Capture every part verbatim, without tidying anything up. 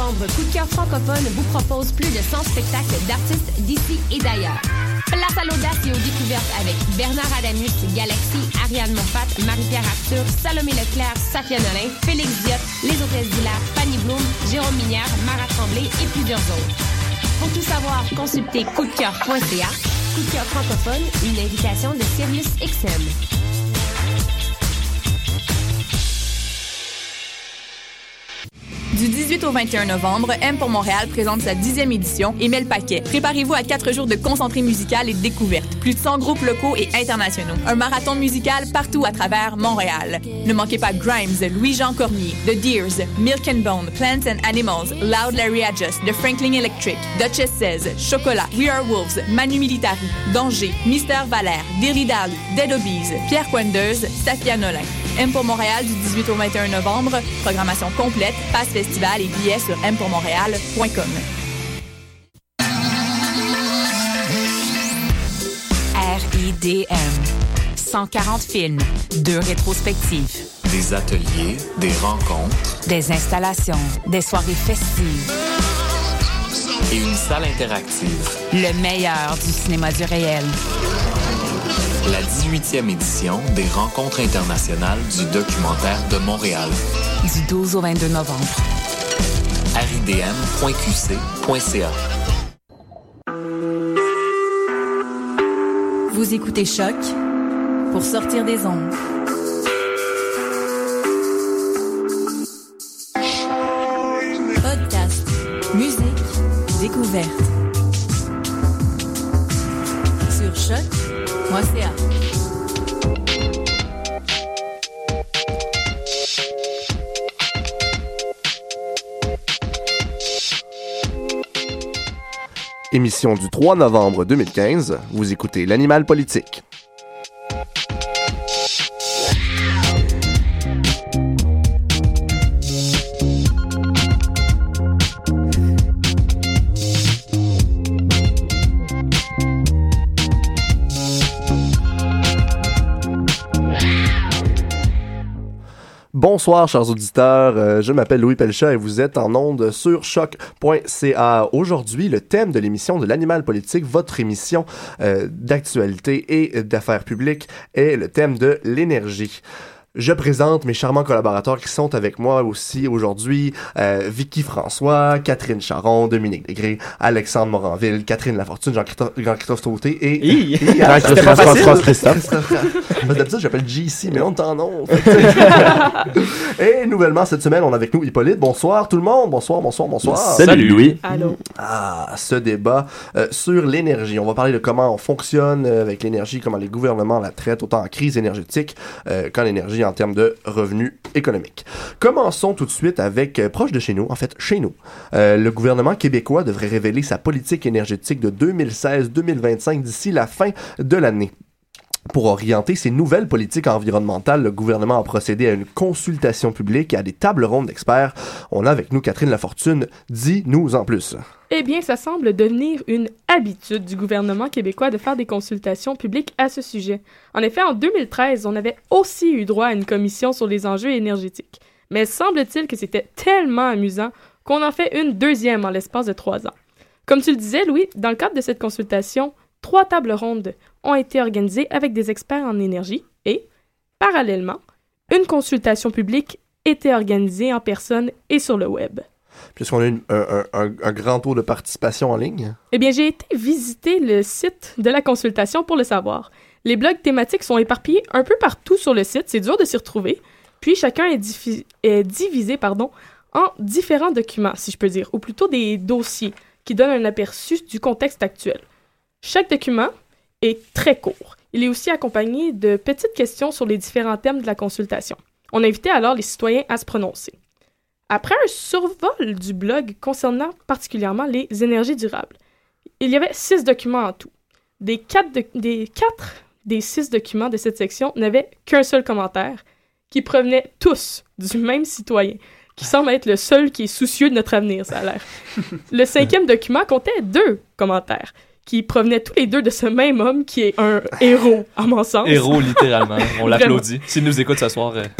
novembre, Coup de cœur francophone vous propose plus de cent spectacles d'artistes d'ici et d'ailleurs. Place à l'audace et aux découvertes avec Bernard Adamus, Galaxy, Ariane Moffat, Marie-Pierre Arthur, Salomé Leclerc, Safia Nolin, Félix Diop, Les Hôtesses d'Hilaire, Fanny Bloom, Jérôme Minière, Mara Tremblay et plusieurs autres. Pour tout savoir, consultez coup de cœur point c a. Coup de cœur francophone, une invitation de Sirius X M. Du dix-huit au vingt et un novembre, M pour Montréal présente sa dixième édition et met le paquet. Préparez-vous à quatre jours de concentré musical et de découverte. Plus de cent groupes locaux et internationaux. Un marathon musical partout à travers Montréal. Ne manquez pas Grimes, Louis-Jean Cormier, The Deers, Milk and Bone, Plants and Animals, Loud Larry Adjust, The Franklin Electric, Duchess seize, Chocolat, We Are Wolves, Manu Militari, Danger, Mystère Valère, Derrida, Dead Obies, Pierre Quenders, Safia Nolin. M pour Montréal du dix-huit au vingt et un novembre. Programmation complète, passe festival et billets sur m pour montréal point com. R I D M. cent quarante films, deux rétrospectives. Des ateliers, des rencontres. Des installations, des soirées festives. Et une salle interactive. Le meilleur du cinéma du réel. La dix-huitième édition des Rencontres internationales du documentaire de Montréal. Du douze au vingt-deux novembre. R I D M point Q C point C A. Vous écoutez Choc pour sortir des ondes. Podcast, musique, découverte. Sur choc point c a. Émission du trois novembre deux mille quinze, vous écoutez l'Animal politique. Bonsoir, chers auditeurs. Euh, je m'appelle Louis Pelchat et vous êtes en ondes sur choc point c a. Aujourd'hui, le thème de l'émission de l'Animal politique, votre émission euh, d'actualité et d'affaires publiques, est le thème de l'énergie. Je présente mes charmants collaborateurs qui sont avec moi aussi aujourd'hui. Euh, Vicky François, Catherine Charon, Dominique Degré, Alexandre Moranville, Catherine Lafortune, Jean-Christophe, Jean-Christophe Sauté et... Hi! et C'était pas facile! Christophe. D'habitude, j'appelle G C, mais on t'en nom. Et nouvellement, cette semaine, on a avec nous Hippolyte. Bonsoir tout le monde. Bonsoir, bonsoir, bonsoir. Salut Louis. Allô. Ah, ce débat euh, sur l'énergie. On va parler de comment on fonctionne euh, avec l'énergie, comment les gouvernements la traitent, autant en crise énergétique euh, qu'en énergie en termes de revenus économiques. Commençons tout de suite avec, euh, proche de chez nous, en fait, chez nous. Euh, le gouvernement québécois devrait révéler sa politique énergétique de deux mille seize à deux mille vingt-cinq d'ici la fin de l'année. Pour orienter ses nouvelles politiques environnementales, le gouvernement a procédé à une consultation publique et à des tables rondes d'experts. On a avec nous Catherine Lafortune. Dis-nous en plus. Eh bien, ça semble devenir une habitude du gouvernement québécois de faire des consultations publiques à ce sujet. En effet, en deux mille treize, on avait aussi eu droit à une commission sur les enjeux énergétiques. Mais semble-t-il que c'était tellement amusant qu'on en fait une deuxième en l'espace de trois ans. Comme tu le disais, Louis, dans le cadre de cette consultation, trois tables rondes ont été organisées avec des experts en énergie et, parallèlement, une consultation publique était organisée en personne et sur le web. Puisqu'on a une, un, un, un grand taux de participation en ligne? Eh bien, j'ai été visiter le site de la consultation pour le savoir. Les blogs thématiques sont éparpillés un peu partout sur le site, c'est dur de s'y retrouver. Puis, chacun est, diffi- est divisé pardon, en différents documents, si je peux dire, ou plutôt des dossiers qui donnent un aperçu du contexte actuel. Chaque document est très court. Il est aussi accompagné de petites questions sur les différents thèmes de la consultation. On invitait alors les citoyens à se prononcer. Après un survol du blog concernant particulièrement les énergies durables, il y avait six documents en tout. Des quatre, de, des quatre des six documents de cette section n'avaient qu'un seul commentaire, qui provenaient tous du même citoyen, qui semble être le seul qui est soucieux de notre avenir, ça a l'air. Le cinquième document comptait deux commentaires, qui provenaient tous les deux de ce même homme qui est un héros, à mon sens. Héros, littéralement. On l'applaudit. S'il nous écoute ce soir... Euh...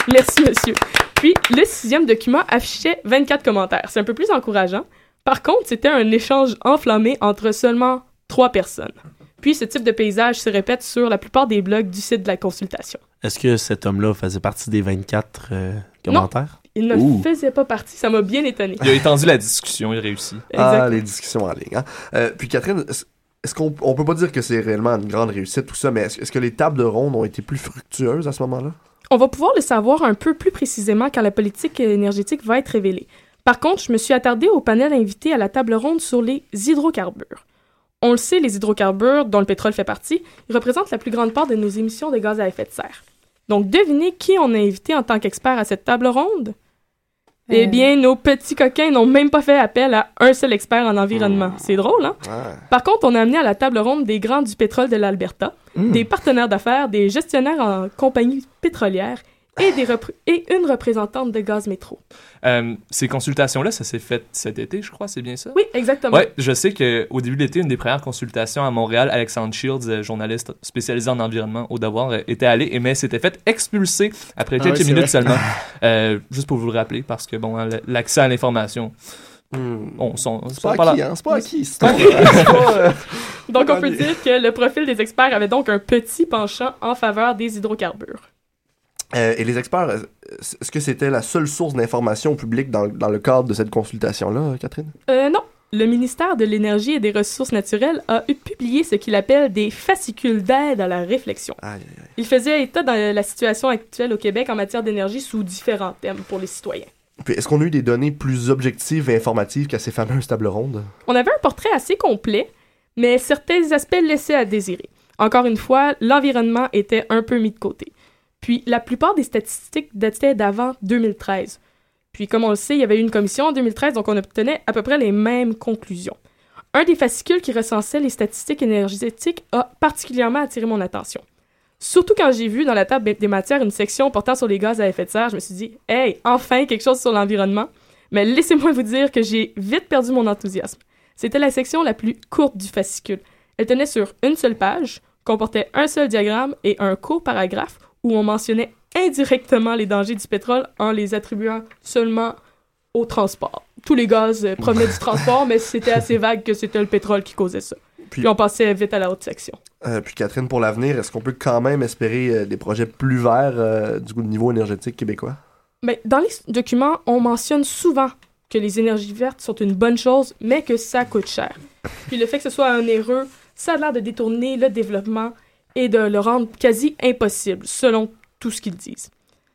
Merci, monsieur. Puis, le sixième document affichait vingt-quatre commentaires. C'est un peu plus encourageant. Par contre, c'était un échange enflammé entre seulement trois personnes. Puis, ce type de paysage se répète sur la plupart des blogs du site de la consultation. Est-ce que cet homme-là faisait partie des vingt-quatre euh, commentaires? Non, il ne Ouh. faisait pas partie. Ça m'a bien étonné. Il a étendu la discussion, il réussit. Exactement. Ah, les discussions en ligne. Hein? Euh, puis, Catherine, est-ce qu'on on peut pas dire que c'est réellement une grande réussite, tout ça, mais est-ce, est-ce que les tables rondes ont été plus fructueuses à ce moment-là? On va pouvoir le savoir un peu plus précisément quand la politique énergétique va être révélée. Par contre, je me suis attardée au panel invité à la table ronde sur les hydrocarbures. On le sait, les hydrocarbures, dont le pétrole fait partie, ils représentent la plus grande part de nos émissions de gaz à effet de serre. Donc, devinez qui on a invité en tant qu'expert à cette table ronde? Euh... Eh bien, nos petits coquins n'ont même pas fait appel à un seul expert en environnement. Mmh. C'est drôle, hein? Ouais. Par contre, on a amené à la table ronde des grands du pétrole de l'Alberta, mmh. des partenaires d'affaires, des gestionnaires en compagnie pétrolière et, des repr- et une représentante de Gaz Métro. Euh, ces consultations-là, ça s'est fait cet été, je crois, c'est bien ça? Oui, exactement. Oui, je sais qu'au début de l'été, une des premières consultations à Montréal, Alexandre Shields, journaliste spécialisé en environnement au devoir, était allé, et mais s'était fait expulser après quelques ah oui, minutes vrai. seulement. euh, juste pour vous le rappeler, parce que bon, l'accès à l'information... Hmm. On, son, c'est, pas pas acquis, hein? C'est pas acquis, c'est pas euh... Donc, on peut dire que le profil des experts avait donc un petit penchant en faveur des hydrocarbures. Euh, et les experts, est-ce que c'était la seule source d'information au public dans, dans le cadre de cette consultation-là, Catherine? Euh, non. Le ministère de l'Énergie et des Ressources naturelles a publié ce qu'il appelle des fascicules d'aide à la réflexion. Aïe, aïe, aïe. Il faisait état dans la situation actuelle au Québec en matière d'énergie sous différents thèmes pour les citoyens. Puis est-ce qu'on a eu des données plus objectives et informatives qu'à ces fameuses tables rondes? On avait un portrait assez complet, mais certains aspects laissaient à désirer. Encore une fois, l'environnement était un peu mis de côté. Puis, la plupart des statistiques dataient d'avant deux mille treize. Puis, comme on le sait, il y avait eu une commission en deux mille treize, donc on obtenait à peu près les mêmes conclusions. Un des fascicules qui recensait les statistiques énergétiques a particulièrement attiré mon attention. Surtout quand j'ai vu dans la table des matières une section portant sur les gaz à effet de serre, je me suis dit « Hey, enfin quelque chose sur l'environnement !» Mais laissez-moi vous dire que j'ai vite perdu mon enthousiasme. C'était la section la plus courte du fascicule. Elle tenait sur une seule page, comportait un seul diagramme et un court paragraphe où on mentionnait indirectement les dangers du pétrole en les attribuant seulement au transport. Tous les gaz provenaient du transport, mais c'était assez vague que c'était le pétrole qui causait ça. Puis, puis on passait vite à la haute section. Euh, puis Catherine, pour l'avenir, est-ce qu'on peut quand même espérer euh, des projets plus verts euh, du niveau énergétique québécois? Ben, dans les documents, on mentionne souvent que les énergies vertes sont une bonne chose, mais que ça coûte cher. Puis le fait que ce soit onéreux, ça a l'air de détourner le développement et de le rendre quasi impossible, selon tout ce qu'ils disent.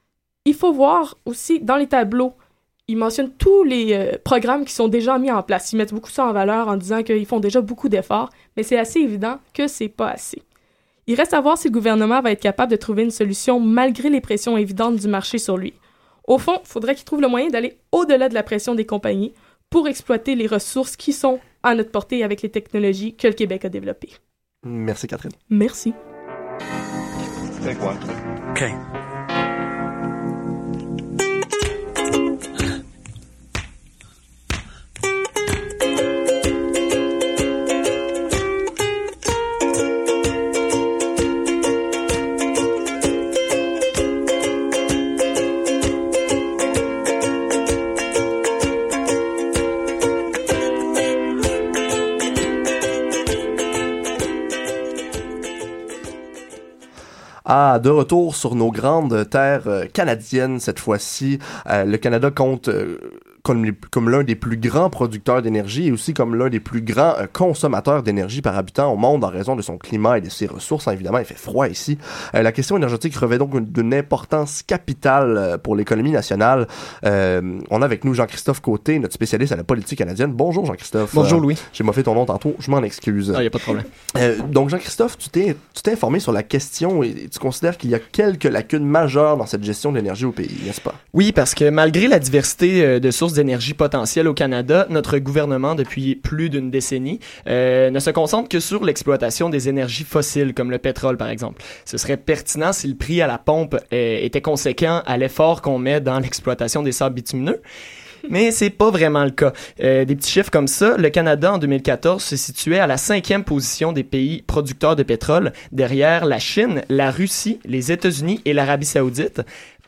Il faut voir aussi, dans les tableaux, ils mentionnent tous les euh, programmes qui sont déjà mis en place. Ils mettent beaucoup ça en valeur en disant qu'ils font déjà beaucoup d'efforts, mais c'est assez évident que c'est pas assez. Il reste à voir si le gouvernement va être capable de trouver une solution malgré les pressions évidentes du marché sur lui. Au fond, il faudrait qu'il trouve le moyen d'aller au-delà de la pression des compagnies pour exploiter les ressources qui sont à notre portée avec les technologies que le Québec a développées. Merci, Catherine. Merci. Take one. Okay. Ah, de retour sur nos grandes terres euh, canadiennes cette fois-ci. Euh, le Canada compte euh, comme, les, comme l'un des plus grands producteurs d'énergie et aussi comme l'un des plus grands euh, consommateurs d'énergie par habitant au monde en raison de son climat et de ses ressources. Hein, évidemment, il fait froid ici. Euh, la question énergétique revêt donc une, d'une importance capitale euh, pour l'économie nationale. Euh, on a avec nous Jean-Christophe Côté, notre spécialiste à la politique canadienne. Bonjour Jean-Christophe. Bonjour Louis. Euh, j'ai moffé ton nom tantôt, je m'en excuse. Ah, il n'y a pas de problème. Euh, donc Jean-Christophe, tu t'es, tu t'es informé sur la question et, et tu considères qu'il y a quelques lacunes majeures dans cette gestion de l'énergie au pays, n'est-ce pas? Oui, parce que malgré la diversité de sources d'énergie potentielles au Canada, notre gouvernement, depuis plus d'une décennie, euh, ne se concentre que sur l'exploitation des énergies fossiles, comme le pétrole, par exemple. Ce serait pertinent si le prix à la pompe euh, était conséquent à l'effort qu'on met dans l'exploitation des sables bitumineux. Mais c'est pas vraiment le cas. Euh, des petits chiffres comme ça, le Canada en deux mille quatorze se situait à la cinquième position des pays producteurs de pétrole, derrière la Chine, la Russie, les États-Unis et l'Arabie Saoudite.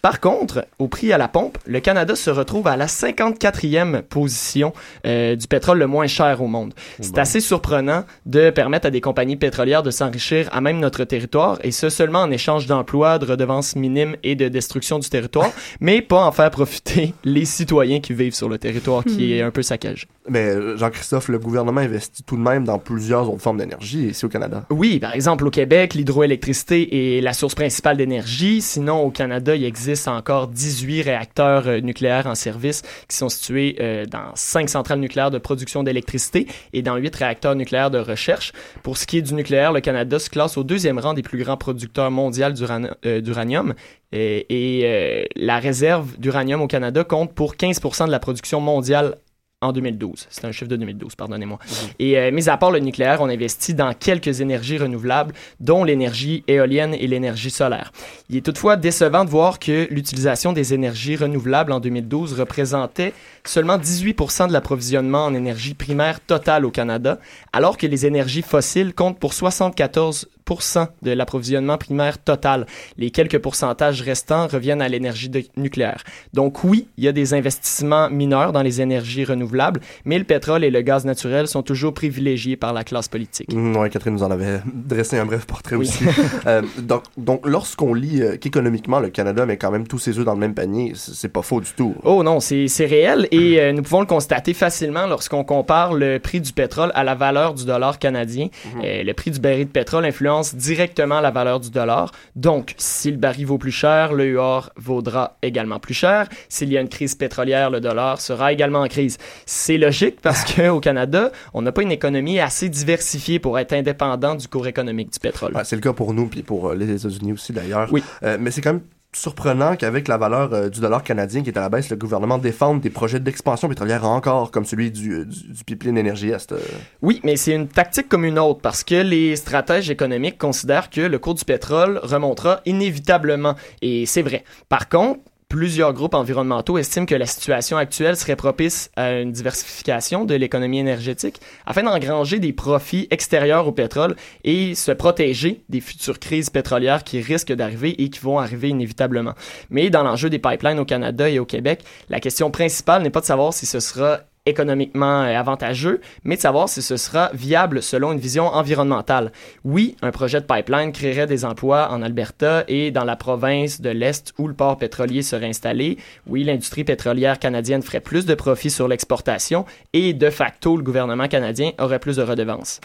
Par contre, au prix à la pompe, le Canada se retrouve à la cinquante-quatrième position euh, du pétrole le moins cher au monde. C'est bon. Assez surprenant de permettre à des compagnies pétrolières de s'enrichir à même notre territoire, et ce seulement en échange d'emplois, de redevances minimes et de destruction du territoire, mais pas en faire profiter les citoyens qui vivent sur le territoire, qui mmh. est un peu saccagé. Mais Jean-Christophe, le gouvernement investit tout de même dans plusieurs autres formes d'énergie ici au Canada. Oui, par exemple au Québec, l'hydroélectricité est la source principale d'énergie. Sinon, au Canada, il existe encore dix-huit réacteurs euh, nucléaires en service qui sont situés euh, dans cinq centrales nucléaires de production d'électricité et dans huit réacteurs nucléaires de recherche. Pour ce qui est du nucléaire, le Canada se classe au deuxième rang des plus grands producteurs mondiaux d'uran- euh, d'uranium. Et, et euh, la réserve d'uranium au Canada compte pour quinze pour cent de la production mondiale en deux mille douze. C'est un chiffre de deux mille douze, pardonnez-moi. Mmh. Et euh, mis à part le nucléaire, on investit dans quelques énergies renouvelables, dont l'énergie éolienne et l'énergie solaire. Il est toutefois décevant de voir que l'utilisation des énergies renouvelables en deux mille douze représentait seulement dix-huit pour cent de l'approvisionnement en énergie primaire totale au Canada, alors que les énergies fossiles comptent pour soixante-quatorze pour cent de l'approvisionnement primaire total. Les quelques pourcentages restants reviennent à l'énergie de- nucléaire. Donc oui, il y a des investissements mineurs dans les énergies renouvelables, mais le pétrole et le gaz naturel sont toujours privilégiés par la classe politique. Mmh, oui, Catherine nous en avait dressé un bref portrait oui. aussi. euh, donc, donc, lorsqu'on lit euh, qu'économiquement, le Canada met quand même tous ses œufs dans le même panier, c'est, c'est pas faux du tout. Oh non, c'est, c'est réel et euh, nous pouvons le constater facilement lorsqu'on compare le prix du pétrole à la valeur du dollar canadien. Mmh. Euh, le prix du baril de pétrole influence directement la valeur du dollar. Donc, si le baril vaut plus cher, l'E U A R vaudra également plus cher. S'il y a une crise pétrolière, le dollar sera également en crise. C'est logique parce qu'au Canada, on n'a pas une économie assez diversifiée pour être indépendant du cours économique du pétrole. Ouais, c'est le cas pour nous, puis pour euh, les États-Unis aussi d'ailleurs. Oui. Euh, mais c'est quand même surprenant qu'avec la valeur euh, du dollar canadien qui est à la baisse, le gouvernement défende des projets d'expansion pétrolière encore, comme celui du, du, du pipeline Énergie Est. Euh. Oui, mais c'est une tactique comme une autre, parce que les stratèges économiques considèrent que le cours du pétrole remontera inévitablement, et c'est vrai. Par contre, plusieurs groupes environnementaux estiment que la situation actuelle serait propice à une diversification de l'économie énergétique afin d'engranger des profits extérieurs au pétrole et se protéger des futures crises pétrolières qui risquent d'arriver et qui vont arriver inévitablement. Mais dans l'enjeu des pipelines au Canada et au Québec, la question principale n'est pas de savoir si ce sera économiquement avantageux, mais de savoir si ce sera viable selon une vision environnementale. Oui, un projet de pipeline créerait des emplois en Alberta et dans la province de l'Est où le port pétrolier serait installé. Oui, l'industrie pétrolière canadienne ferait plus de profits sur l'exportation et de facto, le gouvernement canadien aurait plus de redevances.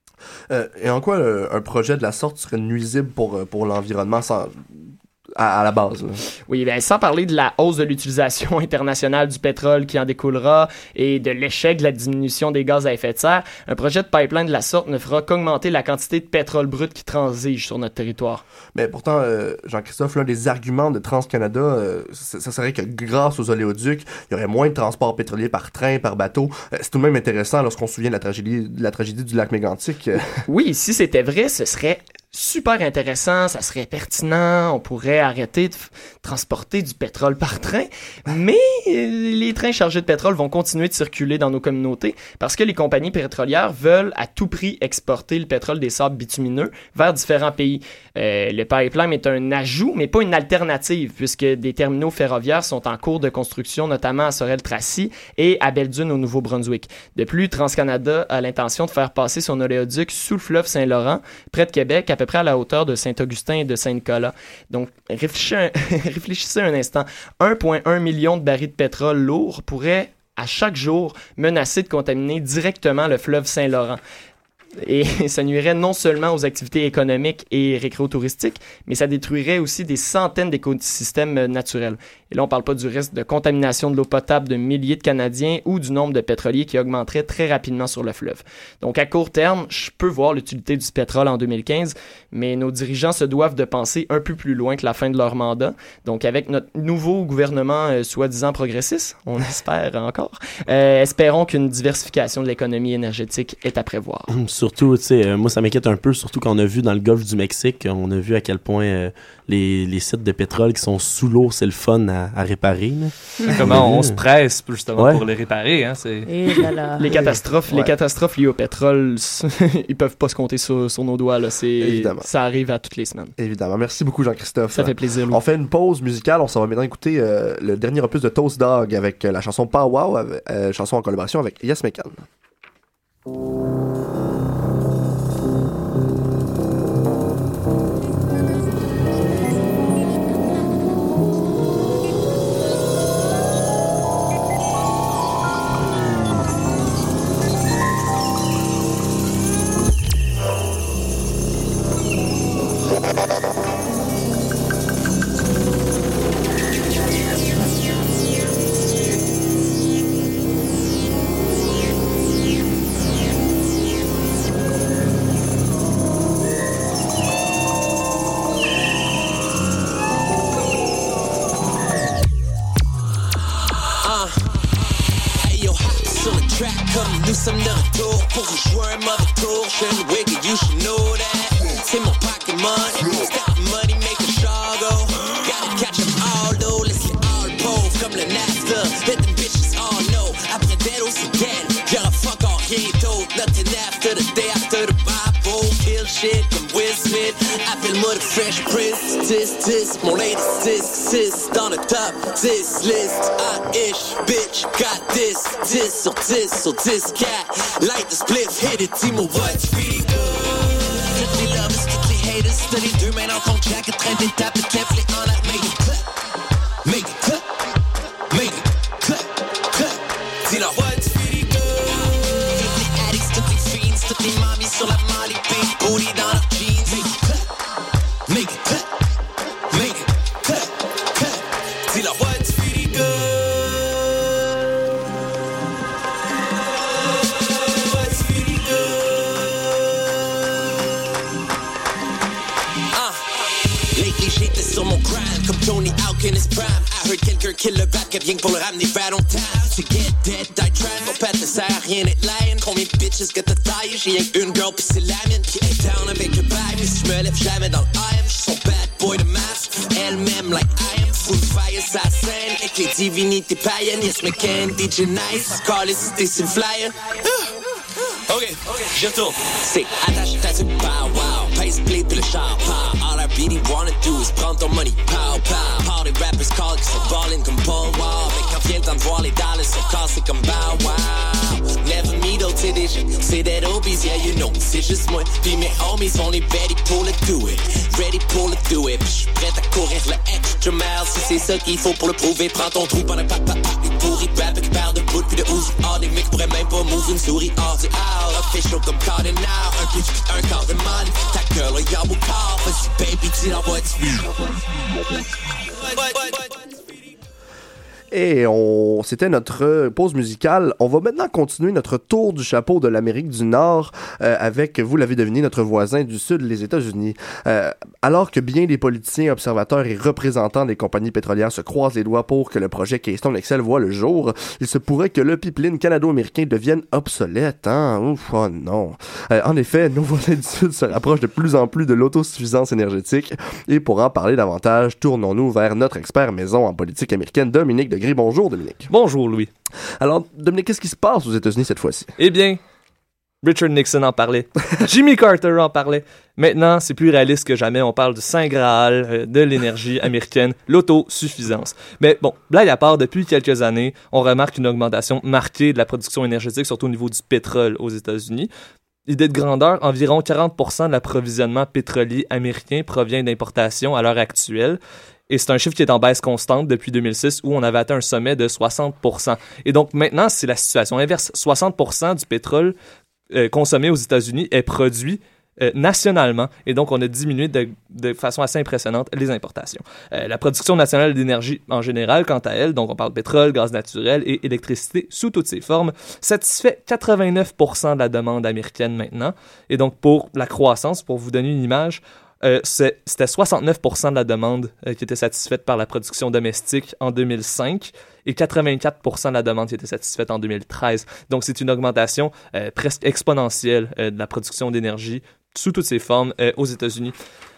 Euh, et en quoi euh, un projet de la sorte serait nuisible pour, pour l'environnement sans... À, à la base. Là. Oui, bien, sans parler de la hausse de l'utilisation internationale du pétrole qui en découlera et de l'échec de la diminution des gaz à effet de serre, un projet de pipeline de la sorte ne fera qu'augmenter la quantité de pétrole brut qui transige sur notre territoire. Mais pourtant, euh, Jean-Christophe, l'un des arguments de TransCanada, euh, ça, ça serait que grâce aux oléoducs, il y aurait moins de transport pétrolier par train, par bateau. Euh, c'est tout de même intéressant lorsqu'on se souvient de la tragédie, de la tragédie du lac Mégantic. Oui, si c'était vrai, ce serait super intéressant, ça serait pertinent, on pourrait arrêter de f- transporter du pétrole par train, mais euh, les trains chargés de pétrole vont continuer de circuler dans nos communautés parce que les compagnies pétrolières veulent à tout prix exporter le pétrole des sables bitumineux vers différents pays. Euh, le pipeline est un ajout, mais pas une alternative, puisque des terminaux ferroviaires sont en cours de construction, notamment à Sorel-Tracy et à Belle-Dune au Nouveau-Brunswick. De plus, TransCanada a l'intention de faire passer son oléoduc sous le fleuve Saint-Laurent, près de Québec, à peu près à la hauteur de Saint-Augustin et de Saint-Nicolas. Donc, réfléchissez un, réfléchissez un instant. un virgule un million de barils de pétrole lourd pourraient, à chaque jour, menacer de contaminer directement le fleuve Saint-Laurent. Et ça nuirait non seulement aux activités économiques et récréotouristiques, mais ça détruirait aussi des centaines d'écosystèmes naturels. Et là, on ne parle pas du risque de contamination de l'eau potable de milliers de Canadiens ou du nombre de pétroliers qui augmenterait très rapidement sur le fleuve. Donc, à court terme, je peux voir l'utilité du pétrole en deux mille quinze, mais nos dirigeants se doivent de penser un peu plus loin que la fin de leur mandat. Donc, avec notre nouveau gouvernement euh, soi-disant progressiste, on espère encore, euh, espérons qu'une diversification de l'économie énergétique est à prévoir. Surtout, tu sais, euh, moi, ça m'inquiète un peu, surtout qu'on a vu dans le golfe du Mexique, on a vu à quel point euh, les, les sites de pétrole qui sont sous l'eau, c'est le fun à, à réparer. Là. Comment on se presse justement Ouais. pour les réparer. Hein, c'est... Et voilà. Les catastrophes, Ouais. les catastrophes liées au pétrole, ils peuvent pas se compter sur, sur nos doigts. Là. C'est, Évidemment. ça arrive à toutes les semaines. Évidemment. Merci beaucoup, Jean-Christophe. Ça fait plaisir, Louis. On fait une pause musicale. On s'en va maintenant écouter euh, le dernier opus de Toast Dog avec euh, la chanson Pow Wow, avec, euh, chanson en collaboration avec Yes Mekan. Nous sommes de retour pour y jouer un mauvais tour. Jeune wig, you should know that. C'est mon Pokémon. Stop money, make a show go. Gotta catch them all though. Laisse-les all pauvres comme le NAFTA. Let them bitches all know. Après d'elle aussi again. Y'aura fuck all rien d'autre. Nothing after the day after the Bible. Kill shit comme Will Smith. Appelle-moi le Fresh Prince. Tis, tis, mon lady sis, sis. Dans le top dix list. I-ish, bitch, got this. dix sur dix sur dix, cat. Light the spliff, hit it, dis-moi what's really good. Toutes les lovers, toutes les haters. T'as les deux mains dans ton jacket. Train d'étape, lève les en l'air. Make it clap. Make it clap. Make it clap. Clap. Dis-leur what's really good. Toutes les addicts, toutes les fiends. Toutes les mamies sur la molly. Big booty dans leurs jeans. Make it clap. Make it clap. Make it clap. Clap. Dis-leur what's really good. What's really good. Ah. Lately j'étais sur mon grind comme Tony Hawk in his prime. I heard quelqu'un kill le bat rien que pour le ramener right on time. To get dead, die trying. Mon père ne sert à rien d'être lying. Combien de bitches que t'as taillé? J'ai rien qu'une girl pis c'est la mienne qui est down avec le bag. Mais si je me lève jamais dans le I M, j'suis son bad boy de masse. Elle-même like I am. Full fire sa scène. Avec les divinités païennes. Yes, McCann, D J Nice. Call it si t'es sur le flyer. Ok, j'y retourne. C'est attache ta sur pow wow. Pace play puis le char pow. All I really wanna do is prendre ton money pow pow. Party rappers call qui sont ballin' comme Paul Wall. Mais quand vient le temps de voir les dollars sont cassés comme bow wow. Never me though, t'sais déjà. C'est that obese, yeah you know. C'est juste moi pis mes homies, on est ready pour le do it. Ready pour le do it. Pis j'suis prêt à courir le extra mile. Si c'est ça qu'il faut pour le prouver, prends ton trou pendant papa. Les pourris rappers qui parlent de bout puis de ouf. Ah, des mecs pourraient même pas move une souris. Ah, c'est out. Official comme Cardinal. Un pitch pis un quart de money. Ta girl, a y'a mon corps. Vas-y baby, dis-leur what's real. Et on, c'était notre pause musicale. On va maintenant continuer notre tour du chapeau de l'Amérique du Nord euh, avec, vous l'avez deviné, notre voisin du Sud, les États-Unis. Euh, alors que bien des politiciens, observateurs et représentants des compagnies pétrolières se croisent les doigts pour que le projet Keystone X L voit le jour, il se pourrait que le pipeline canado-américain devienne obsolète. Hein? Ouf, oh non. Euh, en effet, nos voisins du Sud se rapprochent de plus en plus de l'autosuffisance énergétique. Et pour en parler davantage, tournons-nous vers notre expert maison en politique américaine, Dominique de Gris. Bonjour, Dominique. Bonjour, Louis. Alors, Dominique, qu'est-ce qui se passe aux États-Unis cette fois-ci? Eh bien, Richard Nixon en parlait. Jimmy Carter en parlait. Maintenant, c'est plus réaliste que jamais. On parle du Saint Graal euh, de l'énergie américaine, l'autosuffisance. Mais bon, blague à part, depuis quelques années, on remarque une augmentation marquée de la production énergétique, surtout au niveau du pétrole aux États-Unis. Idée de grandeur, environ quarante pour cent de l'approvisionnement pétrolier américain provient d'importations à l'heure actuelle. Et c'est un chiffre qui est en baisse constante depuis deux mille six où on avait atteint un sommet de soixante pour cent. Et donc maintenant, c'est la situation inverse. soixante pour cent du pétrole euh, consommé aux États-Unis est produit euh, nationalement. Et donc, on a diminué de, de façon assez impressionnante les importations. Euh, la production nationale d'énergie en général, quant à elle, donc on parle de pétrole, gaz naturel et électricité sous toutes ses formes, satisfait quatre-vingt-neuf pour cent de la demande américaine maintenant. Et donc, pour la croissance, pour vous donner une image, Euh, c'est, c'était soixante-neuf pour cent de la demande euh, qui était satisfaite par la production domestique en deux mille cinq et quatre-vingt-quatre pour cent de la demande qui était satisfaite en deux mille treize. Donc, c'est une augmentation euh, presque exponentielle euh, de la production d'énergie sous toutes ses formes euh, aux États-Unis.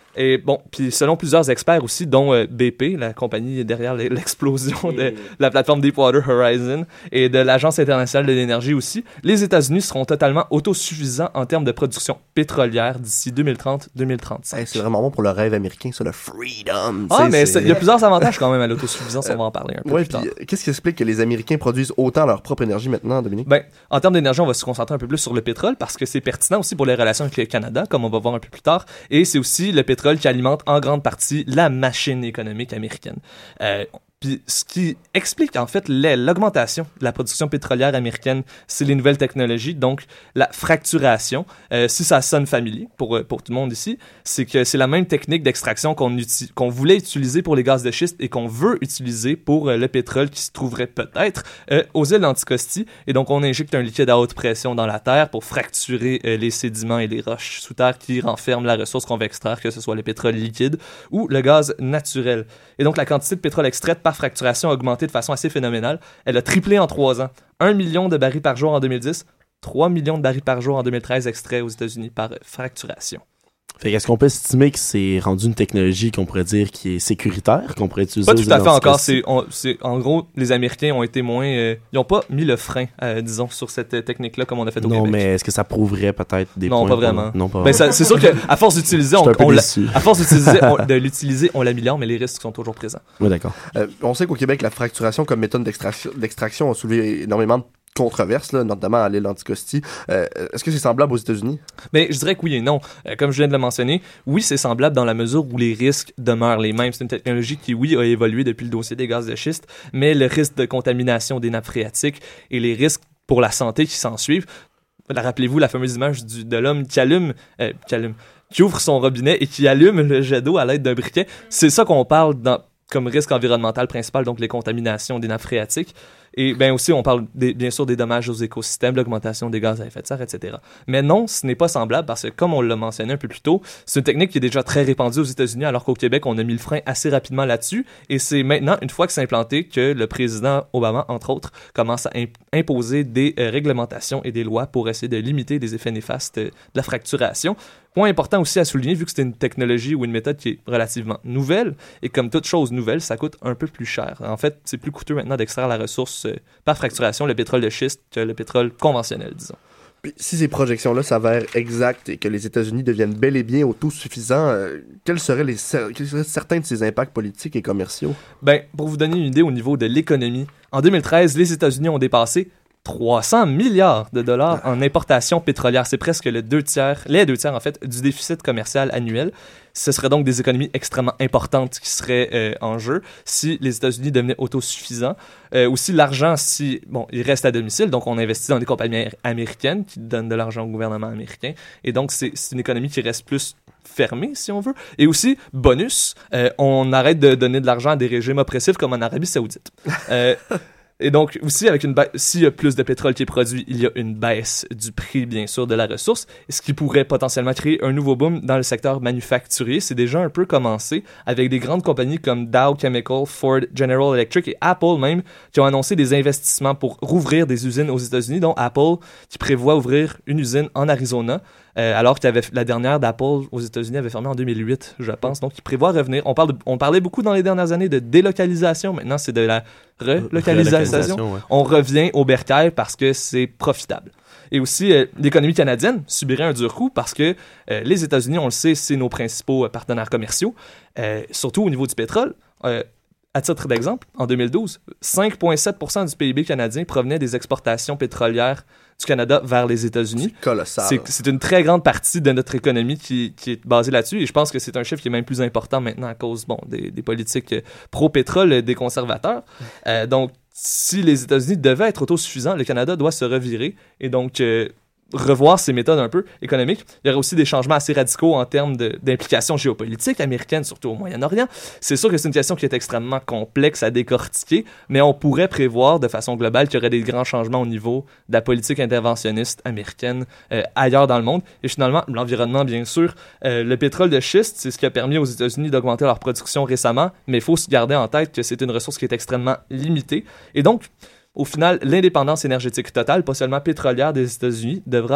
Et bon, puis selon plusieurs experts aussi, dont euh, B P, la compagnie derrière l'explosion de la plateforme Deepwater Horizon, et de l'Agence internationale de l'énergie aussi, les États-Unis seront totalement autosuffisants en termes de production pétrolière d'ici deux mille trente deux mille trente-cinq. Hey, c'est vraiment bon pour le rêve américain, ça, le freedom. Ah, mais c'est... il y a plusieurs avantages quand même à l'autosuffisance, on va en parler un peu ouais, plus tard. Puis, qu'est-ce qui explique que les Américains produisent autant leur propre énergie maintenant, Dominique? Ben, en termes d'énergie, on va se concentrer un peu plus sur le pétrole parce que c'est pertinent aussi pour les relations avec le Canada, comme on va voir un peu plus tard, et c'est aussi le pétrole qui alimente en grande partie la machine économique américaine. Euh, Puis ce qui explique en fait l'augmentation de la production pétrolière américaine, c'est les nouvelles technologies, donc la fracturation. Euh, si ça sonne familier pour, pour tout le monde ici, c'est que c'est la même technique d'extraction qu'on uti- qu'on voulait utiliser pour les gaz de schiste et qu'on veut utiliser pour euh, le pétrole qui se trouverait peut-être euh, aux îles d'Anticosti. Et donc on injecte un liquide à haute pression dans la terre pour fracturer euh, les sédiments et les roches sous terre qui renferment la ressource qu'on va extraire, que ce soit le pétrole liquide ou le gaz naturel. Et donc la quantité de pétrole extraite par fracturation a augmenté de façon assez phénoménale. Elle a triplé en trois ans. Un million de barils par jour en deux mille dix, trois millions de barils par jour en deux mille treize extraits aux États-Unis par fracturation. Fait qu'est-ce qu'on peut estimer que c'est rendu une technologie qu'on pourrait dire qui est sécuritaire, qu'on pourrait utiliser? Pas tout à fait encore. C'est, on, c'est, en gros, les Américains ont été moins... Euh, ils n'ont pas mis le frein, euh, disons, sur cette euh, technique-là comme on a fait au non, Québec. Non, mais est-ce que ça prouverait peut-être des non, points? Pas vraiment. Non, pas ben, vraiment. Ça, c'est sûr qu'à force d'utiliser, on, on l'a, à force d'utiliser, on, de l'utiliser, on l'améliore, mais les risques sont toujours présents. Oui, d'accord. Euh, on sait qu'au Québec, la fracturation comme méthode d'extraction, d'extraction a soulevé énormément de controverses, là, notamment à l'île d'Anticosti. Euh, est-ce que c'est semblable aux États-Unis? Ben, je dirais que oui et non. Euh, comme je viens de le mentionner, oui, c'est semblable dans la mesure où les risques demeurent les mêmes. C'est une technologie qui, oui, a évolué depuis le dossier des gaz de schiste, mais le risque de contamination des nappes phréatiques et les risques pour la santé qui s'en suivent. Rappelez-vous la fameuse image du, de l'homme qui allume, euh, qui allume, qui ouvre son robinet et qui allume le jet d'eau à l'aide d'un briquet. C'est ça qu'on parle dans, comme risque environnemental principal, donc les contaminations des nappes phréatiques. Et bien aussi, on parle des, bien sûr des dommages aux écosystèmes, l'augmentation des gaz à effet de serre, et cetera. Mais non, ce n'est pas semblable parce que, comme on l'a mentionné un peu plus tôt, c'est une technique qui est déjà très répandue aux États-Unis, alors qu'au Québec, on a mis le frein assez rapidement là-dessus. Et c'est maintenant, une fois que c'est implanté, que le président Obama, entre autres, commence à imp- imposer des euh, réglementations et des lois pour essayer de limiter les effets néfastes euh, de la fracturation. Point important aussi à souligner, vu que c'est une technologie ou une méthode qui est relativement nouvelle, et comme toute chose nouvelle, ça coûte un peu plus cher. En fait, c'est plus coûteux maintenant d'extraire la ressource euh, par fracturation, le pétrole de schiste, que le pétrole conventionnel, disons. Puis, si ces projections-là s'avèrent exactes et que les États-Unis deviennent bel et bien autosuffisants, euh, quels, seraient les, quels seraient certains de ces impacts politiques et commerciaux? Ben, pour vous donner une idée au niveau de l'économie, en deux mille treize, les États-Unis ont dépassé trois cents milliards de dollars en importation pétrolière. C'est presque le deux tiers, les deux tiers en fait, du déficit commercial annuel. Ce serait donc des économies extrêmement importantes qui seraient euh, en jeu si les États-Unis devenaient autosuffisants. Euh, aussi, l'argent, si bon, il reste à domicile, donc on investit dans des compagnies américaines qui donnent de l'argent au gouvernement américain. Et donc, c'est, c'est une économie qui reste plus fermée, si on veut. Et aussi, bonus, euh, on arrête de donner de l'argent à des régimes oppressifs comme en Arabie Saoudite. Euh, Et donc, aussi, avec une ba- s'il y a plus de pétrole qui est produit, il y a une baisse du prix, bien sûr, de la ressource, ce qui pourrait potentiellement créer un nouveau boom dans le secteur manufacturier. C'est déjà un peu commencé avec des grandes compagnies comme Dow Chemical, Ford, General Electric et Apple même, qui ont annoncé des investissements pour rouvrir des usines aux États-Unis, dont Apple, qui prévoit ouvrir une usine en Arizona, euh, alors que la dernière d'Apple aux États-Unis avait fermé en deux mille huit, je pense. Donc, ils prévoient revenir. On, parle de, on parlait beaucoup dans les dernières années de délocalisation. Maintenant, c'est de la relocalisation. Ouais. On revient au bercail parce que c'est profitable. Et aussi, euh, l'économie canadienne subirait un dur coup parce que euh, les États-Unis, on le sait, c'est nos principaux euh, partenaires commerciaux, euh, surtout au niveau du pétrole. Euh, à titre d'exemple, en deux mille douze, cinq virgule sept pour cent du P I B canadien provenait des exportations pétrolières du Canada vers les États-Unis. C'est colossal. C'est, c'est une très grande partie de notre économie qui, qui est basée là-dessus. Et je pense que c'est un chiffre qui est même plus important maintenant à cause bon, des, des politiques pro-pétrole des conservateurs. Euh, donc, si les États-Unis devaient être autosuffisants, le Canada doit se revirer et donc euh, revoir ses méthodes un peu économiques. Il y aurait aussi des changements assez radicaux en termes de, d'implications géopolitiques américaines, surtout au Moyen-Orient. C'est sûr que c'est une question qui est extrêmement complexe à décortiquer, mais on pourrait prévoir de façon globale qu'il y aurait des grands changements au niveau de la politique interventionniste américaine euh, ailleurs dans le monde. Et finalement, l'environnement, bien sûr. Euh, le pétrole de schiste, c'est ce qui a permis aux États-Unis d'augmenter leur production récemment, mais il faut se garder en tête que c'est une ressource qui est extrêmement limitée. Et donc, au final, l'indépendance énergétique totale, pas seulement pétrolière des États-Unis, devra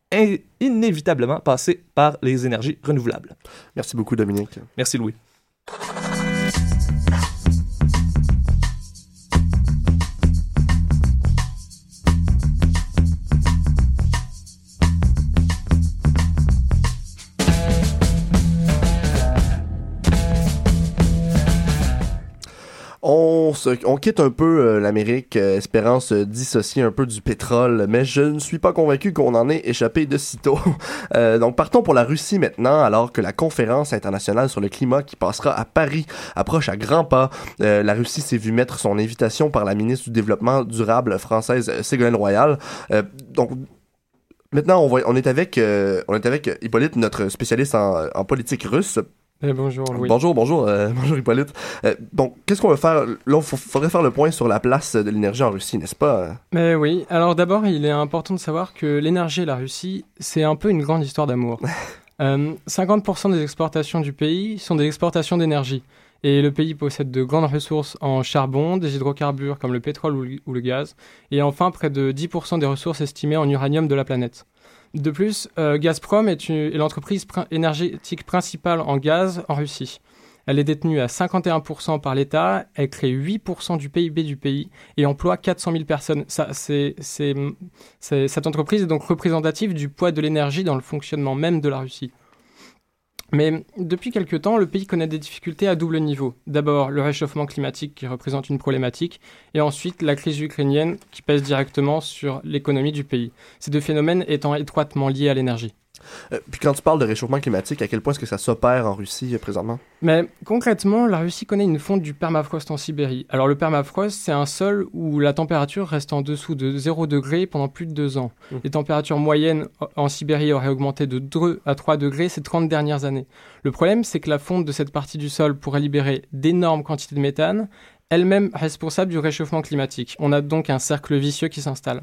in- inévitablement passer par les énergies renouvelables. Merci beaucoup, Dominique. Merci, Louis. On, se, on quitte un peu euh, l'Amérique, euh, espérant se dissocier un peu du pétrole, mais je ne suis pas convaincu qu'on en ait échappé de sitôt. euh, donc partons pour la Russie maintenant, alors que la conférence internationale sur le climat qui passera à Paris approche à grands pas. Euh, la Russie s'est vue mettre son invitation par la ministre du Développement durable française Ségolène Royal. Euh, donc maintenant, on, va, on, est avec, euh, on est avec Hippolyte, notre spécialiste en, en politique russe. Eh, bonjour, Louis. Bonjour, bonjour, euh, bonjour Hippolyte. Euh, bon, qu'est-ce qu'on va faire? Là, il faudrait faire le point sur la place de l'énergie en Russie, n'est-ce pas? Mais oui, alors d'abord, il est important de savoir que l'énergie et la Russie, c'est un peu une grande histoire d'amour. euh, cinquante pour cent des exportations du pays sont des exportations d'énergie. Et le pays possède de grandes ressources en charbon, des hydrocarbures comme le pétrole ou le, ou le gaz, et enfin près de dix pour cent des ressources estimées en uranium de la planète. De plus, euh, Gazprom est, une, est l'entreprise pr- énergétique principale en gaz en Russie. Elle est détenue à cinquante et un pour cent par l'État, elle crée huit pour cent du P I B du pays et emploie quatre cent mille personnes. Ça, c'est, c'est, c'est, cette entreprise est donc représentative du poids de l'énergie dans le fonctionnement même de la Russie. Mais depuis quelque temps, le pays connaît des difficultés à double niveau. D'abord, le réchauffement climatique qui représente une problématique, et ensuite la crise ukrainienne qui pèse directement sur l'économie du pays. Ces deux phénomènes étant étroitement liés à l'énergie. Euh, puis quand tu parles de réchauffement climatique, à quel point est-ce que ça s'opère en Russie euh, présentement? Mais concrètement, la Russie connaît une fonte du permafrost en Sibérie. Alors le permafrost, c'est un sol où la température reste en dessous de zéro degré pendant plus de deux ans. Mmh. Les températures moyennes en Sibérie auraient augmenté de deux à trois degrés ces trente dernières années. Le problème, c'est que la fonte de cette partie du sol pourrait libérer d'énormes quantités de méthane, elle-même responsable du réchauffement climatique. On a donc un cercle vicieux qui s'installe.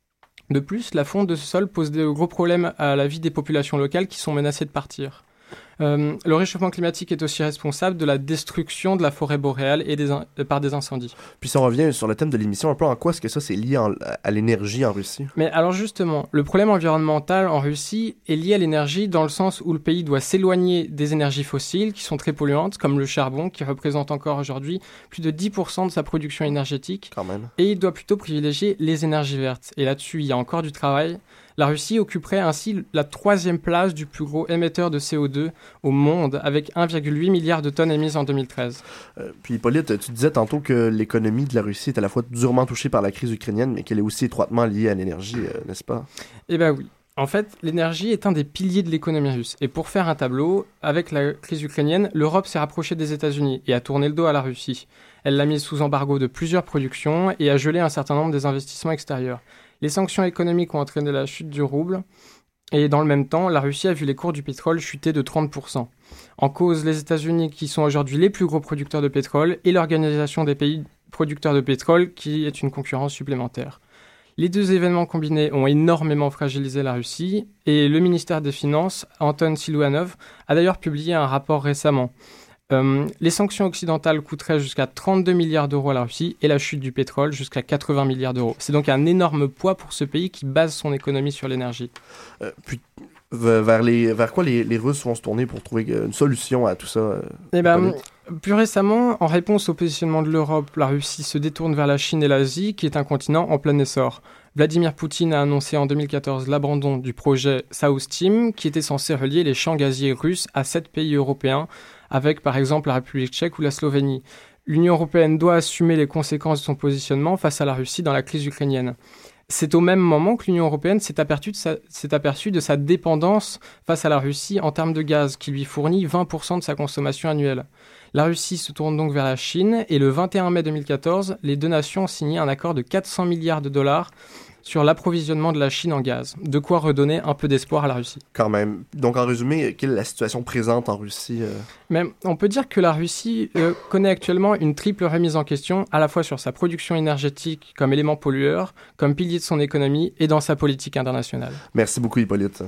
De plus, la fonte de ce sol pose de gros problèmes à la vie des populations locales qui sont menacées de partir. Euh, le réchauffement climatique est aussi responsable de la destruction de la forêt boréale et des in- par des incendies. Puis si on revient sur le thème de l'émission, un peu en quoi est-ce que ça c'est lié en, à l'énergie en Russie? Mais alors justement, le problème environnemental en Russie est lié à l'énergie dans le sens où le pays doit s'éloigner des énergies fossiles qui sont très polluantes, comme le charbon qui représente encore aujourd'hui plus de dix pour cent de sa production énergétique. Quand même. Et il doit plutôt privilégier les énergies vertes. Et là-dessus, il y a encore du travail. La Russie occuperait ainsi la troisième place du plus gros émetteur de C O deux au monde, avec un virgule huit milliard de tonnes émises en deux mille treize. Euh, puis Hippolyte, tu disais tantôt que l'économie de la Russie est à la fois durement touchée par la crise ukrainienne, mais qu'elle est aussi étroitement liée à l'énergie, euh, n'est-ce pas? Eh bien oui. En fait, l'énergie est un des piliers de l'économie russe. Et pour faire un tableau, avec la crise ukrainienne, l'Europe s'est rapprochée des États-Unis et a tourné le dos à la Russie. Elle l'a mise sous embargo de plusieurs productions et a gelé un certain nombre des investissements extérieurs. Les sanctions économiques ont entraîné la chute du rouble. Et dans le même temps, la Russie a vu les cours du pétrole chuter de trente pour cent. En cause, les États-Unis, qui sont aujourd'hui les plus gros producteurs de pétrole, et l'Organisation des pays producteurs de pétrole, qui est une concurrence supplémentaire. Les deux événements combinés ont énormément fragilisé la Russie, et le ministère des Finances, Anton Siluanov, a d'ailleurs publié un rapport récemment. Euh, les sanctions occidentales coûteraient jusqu'à trente-deux milliards d'euros à la Russie et la chute du pétrole jusqu'à quatre-vingts milliards d'euros. C'est donc un énorme poids pour ce pays qui base son économie sur l'énergie. Euh, puis, vers, les, vers quoi les, les Russes vont se tourner pour trouver une solution à tout ça? Euh, eh ben, plus récemment, en réponse au positionnement de l'Europe, la Russie se détourne vers la Chine et l'Asie, qui est un continent en plein essor. Vladimir Poutine a annoncé en deux mille quatorze l'abandon du projet South Stream, qui était censé relier les champs gaziers russes à sept pays européens, avec par exemple la République tchèque ou la Slovénie. L'Union européenne doit assumer les conséquences de son positionnement face à la Russie dans la crise ukrainienne. C'est au même moment que l'Union européenne s'est aperçue de sa, s'est aperçue de sa dépendance face à la Russie en termes de gaz, qui lui fournit vingt pour cent de sa consommation annuelle. La Russie se tourne donc vers la Chine, et le vingt et un mai deux mille quatorze, les deux nations ont signé un accord de quatre cents milliards de dollars sur l'approvisionnement de la Chine en gaz. De quoi redonner un peu d'espoir à la Russie. Quand même. Donc, en résumé, quelle est la situation présente en Russie? euh... Mais on peut dire que la Russie euh, connaît actuellement une triple remise en question, à la fois sur sa production énergétique comme élément pollueur, comme pilier de son économie et dans sa politique internationale. Merci beaucoup, Hippolyte.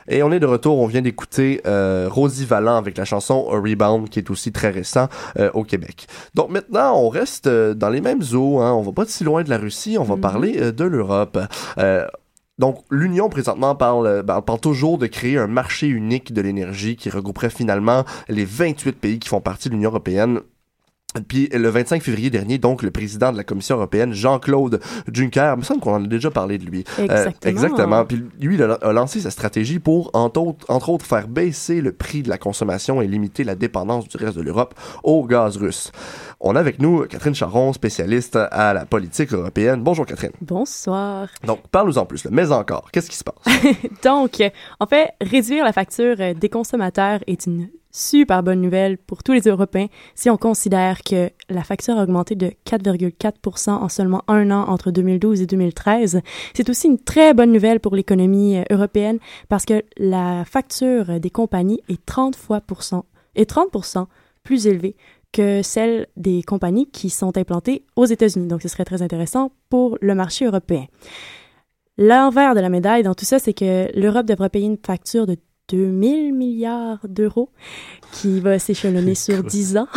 Et on est de retour, on vient d'écouter euh, Rosie Vallant avec la chanson A Rebound, qui est aussi très récent euh, au Québec. Donc maintenant, on reste euh, dans les mêmes eaux, hein, on va pas si loin de la Russie, on va mm-hmm. parler euh, de l'Europe. Euh, Donc, l'Union, présentement, parle, ben, parle toujours de créer un marché unique de l'énergie qui regrouperait finalement les vingt-huit pays qui font partie de l'Union européenne. Puis le vingt-cinq février dernier, donc, le président de la Commission européenne, Jean-Claude Juncker, il me semble qu'on en a déjà parlé de lui. Exactement. Euh, exactement. Puis lui, il a, a lancé sa stratégie pour, entre autres, entre autres, faire baisser le prix de la consommation et limiter la dépendance du reste de l'Europe au gaz russe. On a avec nous Catherine Charron, spécialiste à la politique européenne. Bonjour Catherine. Bonsoir. Donc, parle-nous en plus, là. Mais encore, qu'est-ce qui se passe? Donc, en fait, réduire la facture des consommateurs est une super bonne nouvelle pour tous les Européens si on considère que la facture a augmenté de quatre virgule quatre pour cent en seulement un an entre deux mille douze et deux mille treize. C'est aussi une très bonne nouvelle pour l'économie européenne parce que la facture des compagnies est trente fois pour cent, est trente pour cent plus élevée que celle des compagnies qui sont implantées aux États-Unis. Donc, ce serait très intéressant pour le marché européen. L'envers de la médaille dans tout ça, c'est que l'Europe devra payer une facture de deux mille milliards d'euros qui va s'échelonner sur dix ans.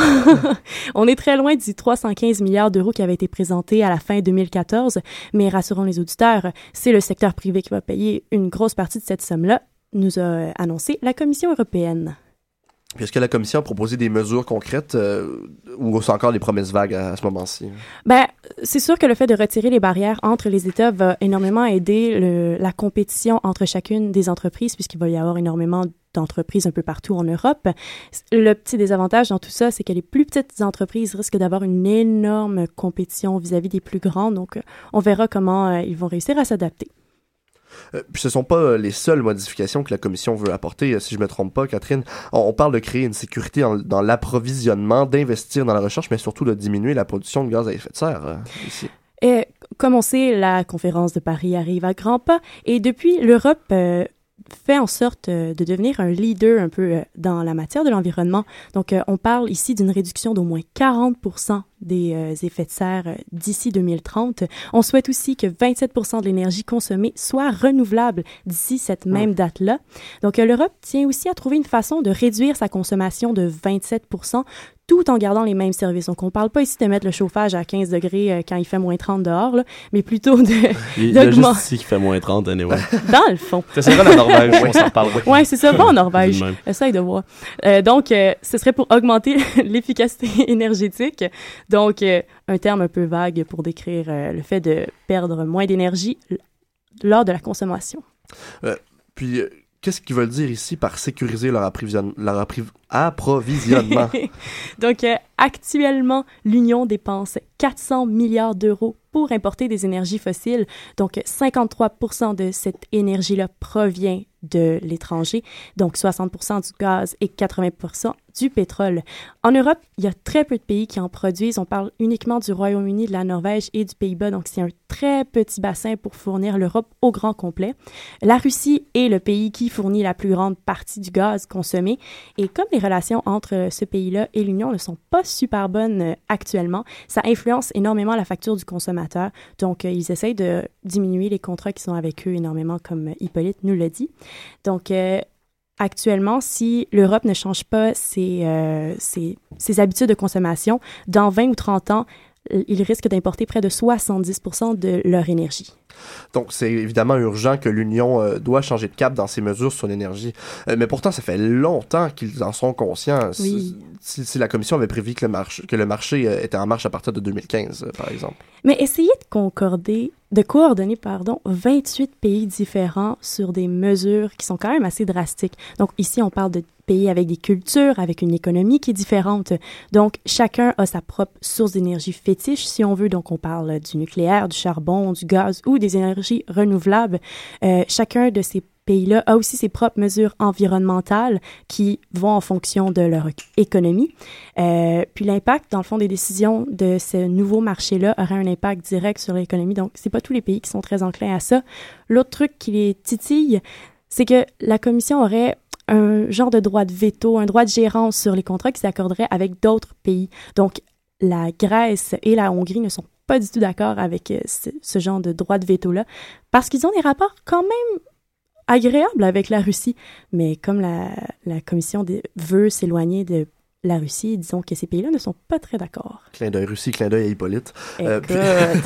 On est très loin du trois cent quinze milliards d'euros qui avait été présenté à la fin deux mille quatorze, mais rassurons les auditeurs, c'est le secteur privé qui va payer une grosse partie de cette somme-là, nous a annoncé la Commission européenne. Puis est-ce que la Commission a proposé des mesures concrètes euh, ou c'est encore des promesses vagues à, à ce moment-ci? Ben, c'est sûr que le fait de retirer les barrières entre les États va énormément aider le, la compétition entre chacune des entreprises puisqu'il va y avoir énormément d'entreprises un peu partout en Europe. Le petit désavantage dans tout ça, c'est que les plus petites entreprises risquent d'avoir une énorme compétition vis-à-vis des plus grandes. Donc, on verra comment euh, ils vont réussir à s'adapter. Euh, puis ce sont pas les seules modifications que la Commission veut apporter, si je me trompe pas, Catherine. On, on parle de créer une sécurité en, dans l'approvisionnement, d'investir dans la recherche, mais surtout de diminuer la production de gaz à effet de serre euh, ici. Et comme on sait, la conférence de Paris arrive à grands pas et depuis, l'Europe euh, fait en sorte euh, de devenir un leader un peu euh, dans la matière de l'environnement. Donc, euh, on parle ici d'une réduction d'au moins quarante pour cent des euh, effets de serre euh, d'ici deux mille trente. On souhaite aussi que vingt-sept pour cent de l'énergie consommée soit renouvelable d'ici cette même date-là. Donc, euh, l'Europe tient aussi à trouver une façon de réduire sa consommation de vingt-sept pour cent tout en gardant les mêmes services. Donc, on ne parle pas ici de mettre le chauffage à quinze degrés euh, quand il fait moins trente dehors, là, mais plutôt de... Il y a juste ici qui fait moins trente, anyway. Dans le fond. Ça serait la Norvège, on s'en reparlerait. Oui, c'est ça, va en Norvège. Essaye de voir. Euh, donc, euh, ce serait pour augmenter l'efficacité énergétique. Donc, euh, un terme un peu vague pour décrire euh, le fait de perdre moins d'énergie l- lors de la consommation. Euh, puis... Euh... Qu'est-ce qu'ils veulent dire ici par sécuriser leur, approvisionn- leur appri- approvisionnement? Donc, euh, actuellement, l'Union dépense quatre cents milliards d'euros pour importer des énergies fossiles. Donc, cinquante-trois pour cent de cette énergie-là provient de l'étranger, donc soixante pour cent du gaz et quatre-vingts pour cent du pétrole. En Europe, il y a très peu de pays qui en produisent. On parle uniquement du Royaume-Uni, de la Norvège et du Pays-Bas, donc c'est un très petit bassin pour fournir l'Europe au grand complet. La Russie est le pays qui fournit la plus grande partie du gaz consommé et comme les relations entre ce pays-là et l'Union ne sont pas super bonnes actuellement, ça influence énormément la facture du consommateur. Donc, ils essayent de diminuer les contrats qui sont avec eux énormément, comme Hippolyte nous l'a dit. Donc, euh, actuellement, si l'Europe ne change pas ses, euh, ses, ses habitudes de consommation, dans vingt ou trente ans, ils risquent d'importer près de soixante-dix pour cent de leur énergie. Donc, c'est évidemment urgent que l'Union euh, doit changer de cap dans ses mesures sur l'énergie. Euh, mais pourtant, ça fait longtemps qu'ils en sont conscients. Oui. Si, si la Commission avait prévu que le marché, que le marché euh, était en marche à partir de deux mille quinze, euh, par exemple. Mais essayez de concorder, de coordonner, pardon, vingt-huit pays différents sur des mesures qui sont quand même assez drastiques. Donc, ici, on parle de pays avec des cultures, avec une économie qui est différente. Donc, chacun a sa propre source d'énergie fétiche, si on veut. Donc, on parle du nucléaire, du charbon, du gaz ou des énergies renouvelables. Euh, chacun de ces pays-là a aussi ses propres mesures environnementales qui vont en fonction de leur économie. Euh, puis l'impact, dans le fond, des décisions de ce nouveau marché-là aurait un impact direct sur l'économie. Donc, c'est pas tous les pays qui sont très enclins à ça. L'autre truc qui les titille, c'est que la Commission aurait un genre de droit de veto, un droit de gérance sur les contrats qui s'accorderait avec d'autres pays. Donc, la Grèce et la Hongrie ne sont pas du tout d'accord avec ce, ce genre de droit de veto-là parce qu'ils ont des rapports quand même agréables avec la Russie. Mais comme la, la Commission de, veut s'éloigner de la Russie, disons que ces pays-là ne sont pas très d'accord. Clin d'œil Russie, clin d'œil à Hippolyte. Euh, puis,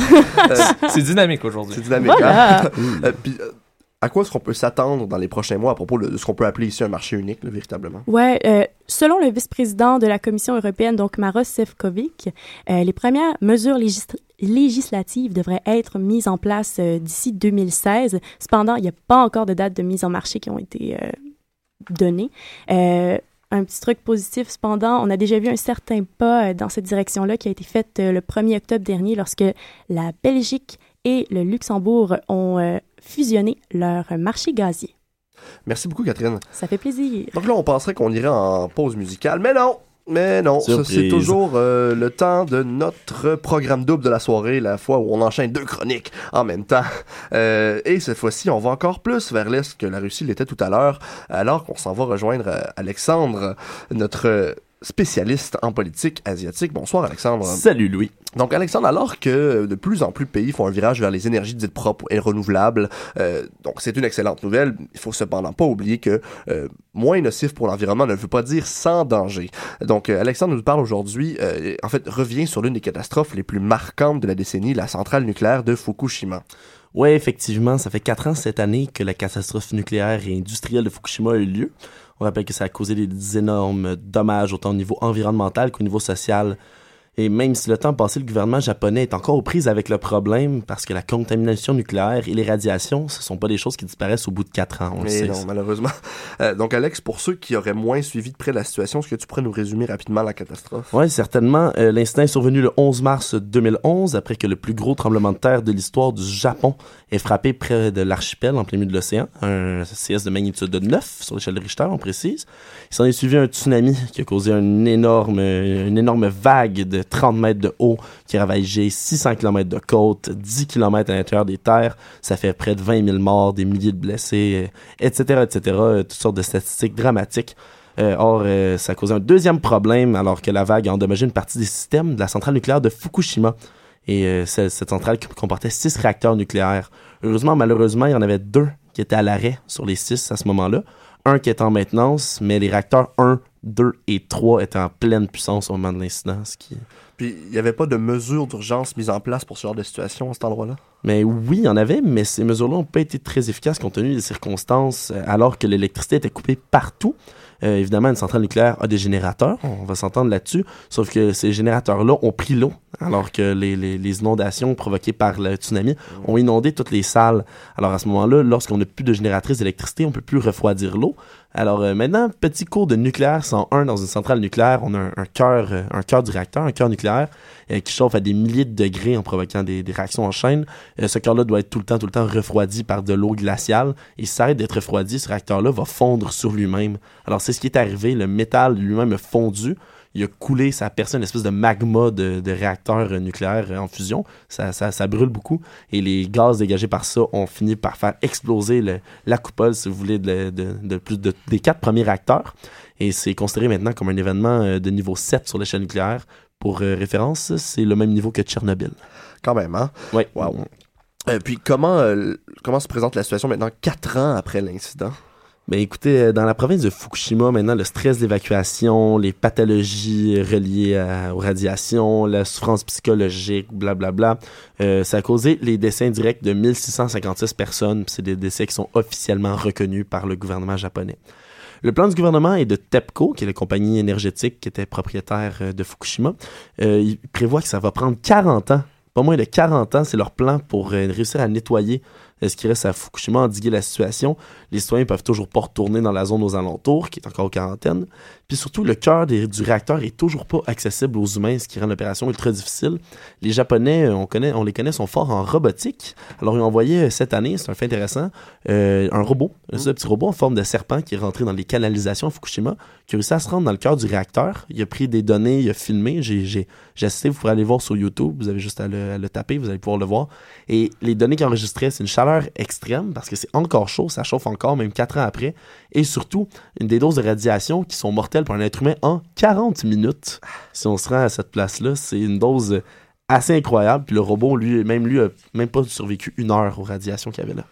c'est dynamique aujourd'hui. C'est dynamique. Voilà. Hein? euh, puis, euh, à quoi est-ce qu'on peut s'attendre dans les prochains mois à propos de ce qu'on peut appeler ici un marché unique, là, véritablement? Ouais, euh, selon le vice-président de la Commission européenne, donc Maroš Šefčovič, euh, les premières mesures légis- législatives devraient être mises en place euh, d'ici deux mille seize. Cependant, il n'y a pas encore de date de mise en marché qui ont été euh, données. Euh, un petit truc positif, cependant, on a déjà vu un certain pas euh, dans cette direction-là qui a été fait euh, le premier octobre dernier lorsque la Belgique et le Luxembourg ont euh, fusionné leur marché gazier. Merci beaucoup, Catherine. Ça fait plaisir. Donc là, on penserait qu'on irait en pause musicale, mais non! Mais non, ça, Surprise. c'est toujours euh, le temps de notre programme double de la soirée, la fois où on enchaîne deux chroniques en même temps. Euh, et cette fois-ci, on va encore plus vers l'Est que la Russie l'était tout à l'heure, alors qu'on s'en va rejoindre euh, Alexandre, notre... Euh, spécialiste en politique asiatique. Bonsoir, Alexandre. Salut, Louis. Donc, Alexandre, alors que de plus en plus de pays font un virage vers les énergies dites propres et renouvelables, euh, donc c'est une excellente nouvelle. Il faut cependant pas oublier que euh, moins nocif pour l'environnement ne veut pas dire sans danger. Donc, euh, Alexandre nous parle aujourd'hui, euh, en fait, revient sur l'une des catastrophes les plus marquantes de la décennie, la centrale nucléaire de Fukushima. Oui, effectivement, ça fait quatre ans cette année que la catastrophe nucléaire et industrielle de Fukushima a eu lieu. On rappelle que ça a causé des énormes dommages autant au niveau environnemental qu'au niveau social. Et même si le temps passé, le gouvernement japonais est encore aux prises avec le problème parce que la contamination nucléaire et les radiations, ce sont pas des choses qui disparaissent au bout de quatre ans, on Mais le sait. non, malheureusement. Euh, donc, Alex, pour ceux qui auraient moins suivi de près la situation, est-ce que tu pourrais nous résumer rapidement la catastrophe? Oui, certainement. Euh, l'incident est survenu le onze mars deux mille onze, après que le plus gros tremblement de terre de l'histoire du Japon ait frappé près de l'archipel, en plein milieu de l'océan. Un C S de magnitude de neuf, sur l'échelle de Richter, on précise. Il s'en est suivi un tsunami qui a causé une énorme, une énorme vague de trente mètres de haut qui a ravagé six cents kilomètres de côte, dix kilomètres à l'intérieur des terres. Ça fait près de vingt mille morts, des milliers de blessés, et cetera, et cetera. Toutes sortes de statistiques dramatiques. Euh, or, euh, ça a causé un deuxième problème alors que la vague a endommagé une partie des systèmes de la centrale nucléaire de Fukushima. Et euh, cette, cette centrale comportait six réacteurs nucléaires. Heureusement, malheureusement, il y en avait deux qui étaient à l'arrêt sur les six à ce moment-là. Un qui était en maintenance, mais les réacteurs un, deux et trois étaient en pleine puissance au moment de l'incident. Ce qui... Puis, il n'y avait pas de mesures d'urgence mises en place pour ce genre de situation à cet endroit-là? Mais oui, il y en avait, mais ces mesures-là n'ont pas été très efficaces compte tenu des circonstances, alors que l'électricité était coupée partout. Euh, évidemment, une centrale nucléaire a des générateurs, on va s'entendre là-dessus, sauf que ces générateurs-là ont pris l'eau, alors que les, les, les inondations provoquées par le tsunami ont inondé toutes les salles. Alors à ce moment-là, lorsqu'on n'a plus de génératrice d'électricité, on ne peut plus refroidir l'eau. Alors euh, maintenant, petit cours de nucléaire cent un dans une centrale nucléaire, on a un, un cœur euh, un cœur du réacteur, un cœur nucléaire euh, qui chauffe à des milliers de degrés en provoquant des, des réactions en chaîne. Euh, ce cœur-là doit être tout le temps, tout le temps refroidi par de l'eau glaciale. Et si ça arrête d'être refroidi, ce réacteur-là va fondre sur lui-même. Alors c'est ce qui est arrivé, le métal lui-même a fondu. Il a coulé, ça a percé une espèce de magma de, de réacteurs nucléaires en fusion. Ça, ça, ça brûle beaucoup. Et les gaz dégagés par ça ont fini par faire exploser le, la coupole, si vous voulez, de, de, de plus de, des quatre premiers réacteurs. Et c'est considéré maintenant comme un événement de niveau sept sur l'échelle nucléaire. Pour euh, référence, c'est le même niveau que Tchernobyl. Quand même, hein? Oui. Wow. Euh, puis comment, euh, comment se présente la situation maintenant, quatre ans après l'incident? Ben écoutez, dans la province de Fukushima, maintenant, le stress d'évacuation, les pathologies reliées à, aux radiations, la souffrance psychologique, blablabla, euh, ça a causé les décès indirects de mille six cent cinquante-six personnes. C'est des décès qui sont officiellement reconnus par le gouvernement japonais. Le plan du gouvernement est de TEPCO, qui est la compagnie énergétique qui était propriétaire de Fukushima. Euh, il prévoit que ça va prendre quarante ans, pas moins de quarante ans, c'est leur plan pour euh, réussir à nettoyer ce qui reste à Fukushima, endiguer la situation. Les citoyens peuvent toujours pas retourner dans la zone aux alentours, qui est encore aux quarantaine. Puis surtout, le cœur des, du réacteur est toujours pas accessible aux humains, ce qui rend l'opération ultra difficile. Les Japonais, on, connaît, on les connaît, sont forts en robotique. Alors, ils ont envoyé cette année, c'est un fait intéressant, euh, un robot, un petit robot en forme de serpent qui est rentré dans les canalisations à Fukushima, qui a réussi à se rendre dans le cœur du réacteur. Il a pris des données, il a filmé. J'ai, j'ai, j'ai assisté, vous pourrez aller voir sur YouTube. Vous avez juste à le, à le taper, vous allez pouvoir le voir. Et les données qu'il enregistrait, c'est une chaleur extrême parce que c'est encore chaud, ça chauffe encore même quatre ans après, et surtout une des doses de radiation qui sont mortelles pour un être humain en quarante minutes. Si on se rend à cette place-là, c'est une dose assez incroyable, puis le robot, lui, même lui, a même pas survécu une heure aux radiations qu'il y avait là.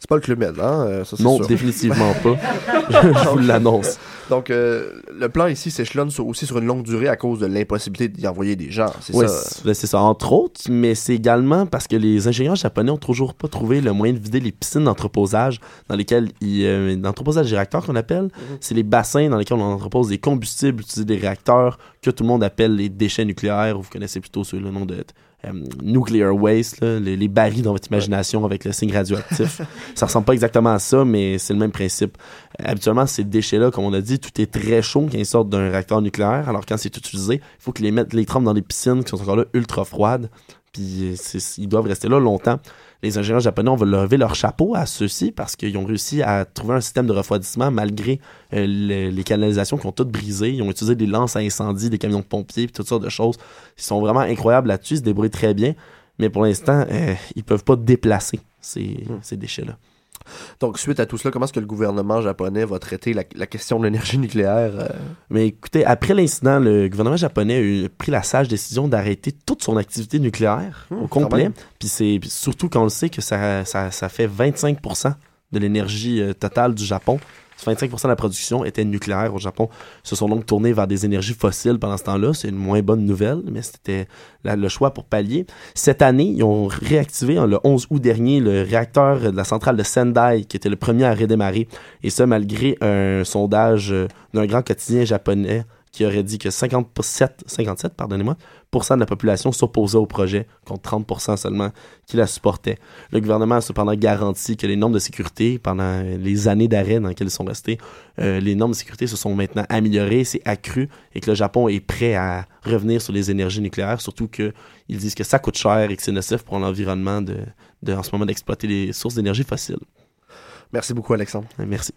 C'est pas le Club Med, hein? Euh, ça, c'est non, sûr. Définitivement pas. Je vous l'annonce. Donc, euh, le plan ici s'échelonne sur, aussi sur une longue durée à cause de l'impossibilité d'y envoyer des gens, c'est ouais, ça? C'est, c'est ça, entre autres, mais c'est également parce que les ingénieurs japonais ont toujours pas trouvé le moyen de vider les piscines d'entreposage dans lesquelles ils... Euh, l'entreposage des réacteurs qu'on appelle, mm-hmm. c'est les bassins dans lesquels on entrepose des combustibles utilisés des réacteurs que tout le monde appelle les déchets nucléaires, vous connaissez plutôt sous le nom de... Um, nuclear waste, là, les, les barils dans votre imagination avec le signe radioactif. Ça ressemble pas exactement à ça, mais c'est le même principe. Euh, habituellement, ces déchets-là, comme on a dit, tout est très chaud quand ils sortent d'un réacteur nucléaire. Alors quand c'est utilisé, il faut qu'ils les mettent, les trempent dans des piscines qui sont encore là ultra froides. Puis c'est, ils doivent rester là longtemps. Les ingénieurs japonais, on va lever leur chapeau à ceux-ci parce qu'ils ont réussi à trouver un système de refroidissement malgré euh, le, les canalisations qui ont toutes brisé. Ils ont utilisé des lances à incendie, des camions de pompiers, puis toutes sortes de choses. Ils sont vraiment incroyables là-dessus, ils se débrouillent très bien. Mais pour l'instant, euh, ils peuvent pas déplacer ces, mmh. ces déchets-là. Donc, suite à tout cela, comment est-ce que le gouvernement japonais va traiter la, la question de l'énergie nucléaire? Euh... Mais écoutez, après l'incident, le gouvernement japonais a eu, pris la sage décision d'arrêter toute son activité nucléaire mmh, au complet. Puis c'est puis surtout quand on le sait que ça, ça, ça fait vingt-cinq pour cent de l'énergie euh, totale du Japon. vingt-cinq pour cent de la production était nucléaire au Japon. Ils se sont donc tournés vers des énergies fossiles pendant ce temps-là. C'est une moins bonne nouvelle, mais c'était la, le choix pour pallier. Cette année, ils ont réactivé, hein, le onze août dernier, le réacteur de la centrale de Sendai, qui était le premier à redémarrer. Et ça, malgré un sondage d'un grand quotidien japonais qui aurait dit que cinquante-sept, cinquante-sept pardonnez-moi, pour cent de la population s'opposait au projet, contre trente pour cent seulement qui la supportait. Le gouvernement a cependant garanti que les normes de sécurité, pendant les années d'arrêt dans lesquelles ils sont restés, euh, les normes de sécurité se sont maintenant améliorées, c'est accru, et que le Japon est prêt à revenir sur les énergies nucléaires, surtout qu'ils disent que ça coûte cher et que c'est nocif pour l'environnement de, de, en ce moment d'exploiter les sources d'énergie fossiles. Merci beaucoup, Alexandre. Merci.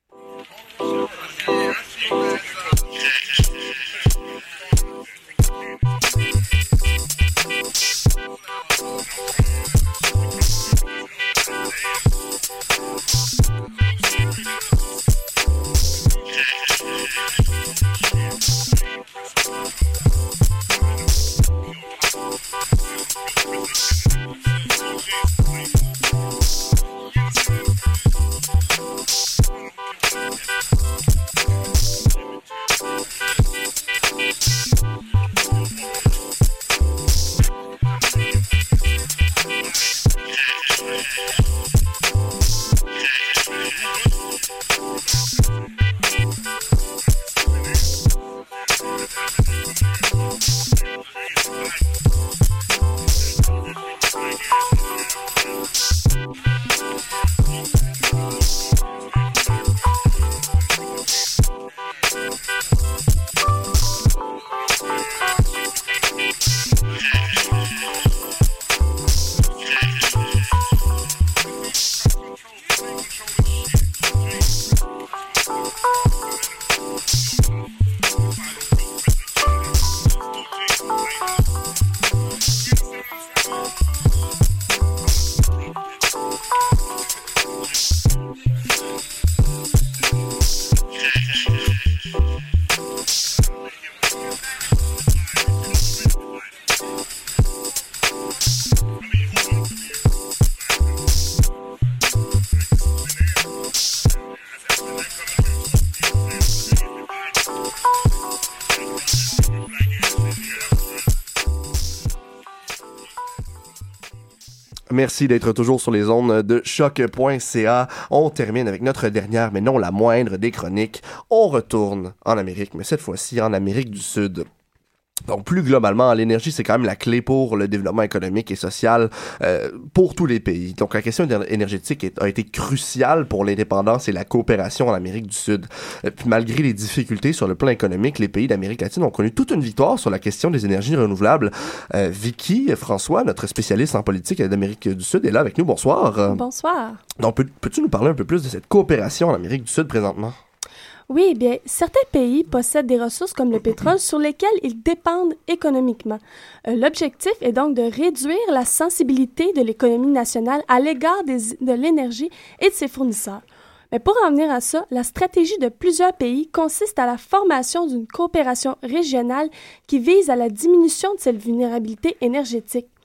Merci d'être toujours sur les ondes de choc point c a. On termine avec notre dernière, mais non la moindre des chroniques. On retourne en Amérique, mais cette fois-ci en Amérique du Sud. Donc, plus globalement, l'énergie, c'est quand même la clé pour le développement économique et social euh, pour tous les pays. Donc, la question énergétique est, a été cruciale pour l'indépendance et la coopération en Amérique du Sud. Euh, puis, malgré les difficultés sur le plan économique, les pays d'Amérique latine ont connu toute une victoire sur la question des énergies renouvelables. Euh, Vicky François, notre spécialiste en politique d'Amérique du Sud, est là avec nous. Bonsoir. Bonsoir. Donc, peux, peux-tu nous parler un peu plus de cette coopération en Amérique du Sud présentement? Oui, bien, certains pays possèdent des ressources comme le pétrole sur lesquelles ils dépendent économiquement. Euh, l'objectif est donc de réduire la sensibilité de l'économie nationale à l'égard des, de l'énergie et de ses fournisseurs. Mais pour en venir à ça, la stratégie de plusieurs pays consiste à la formation d'une coopération régionale qui vise à la diminution de cette vulnérabilité énergétique.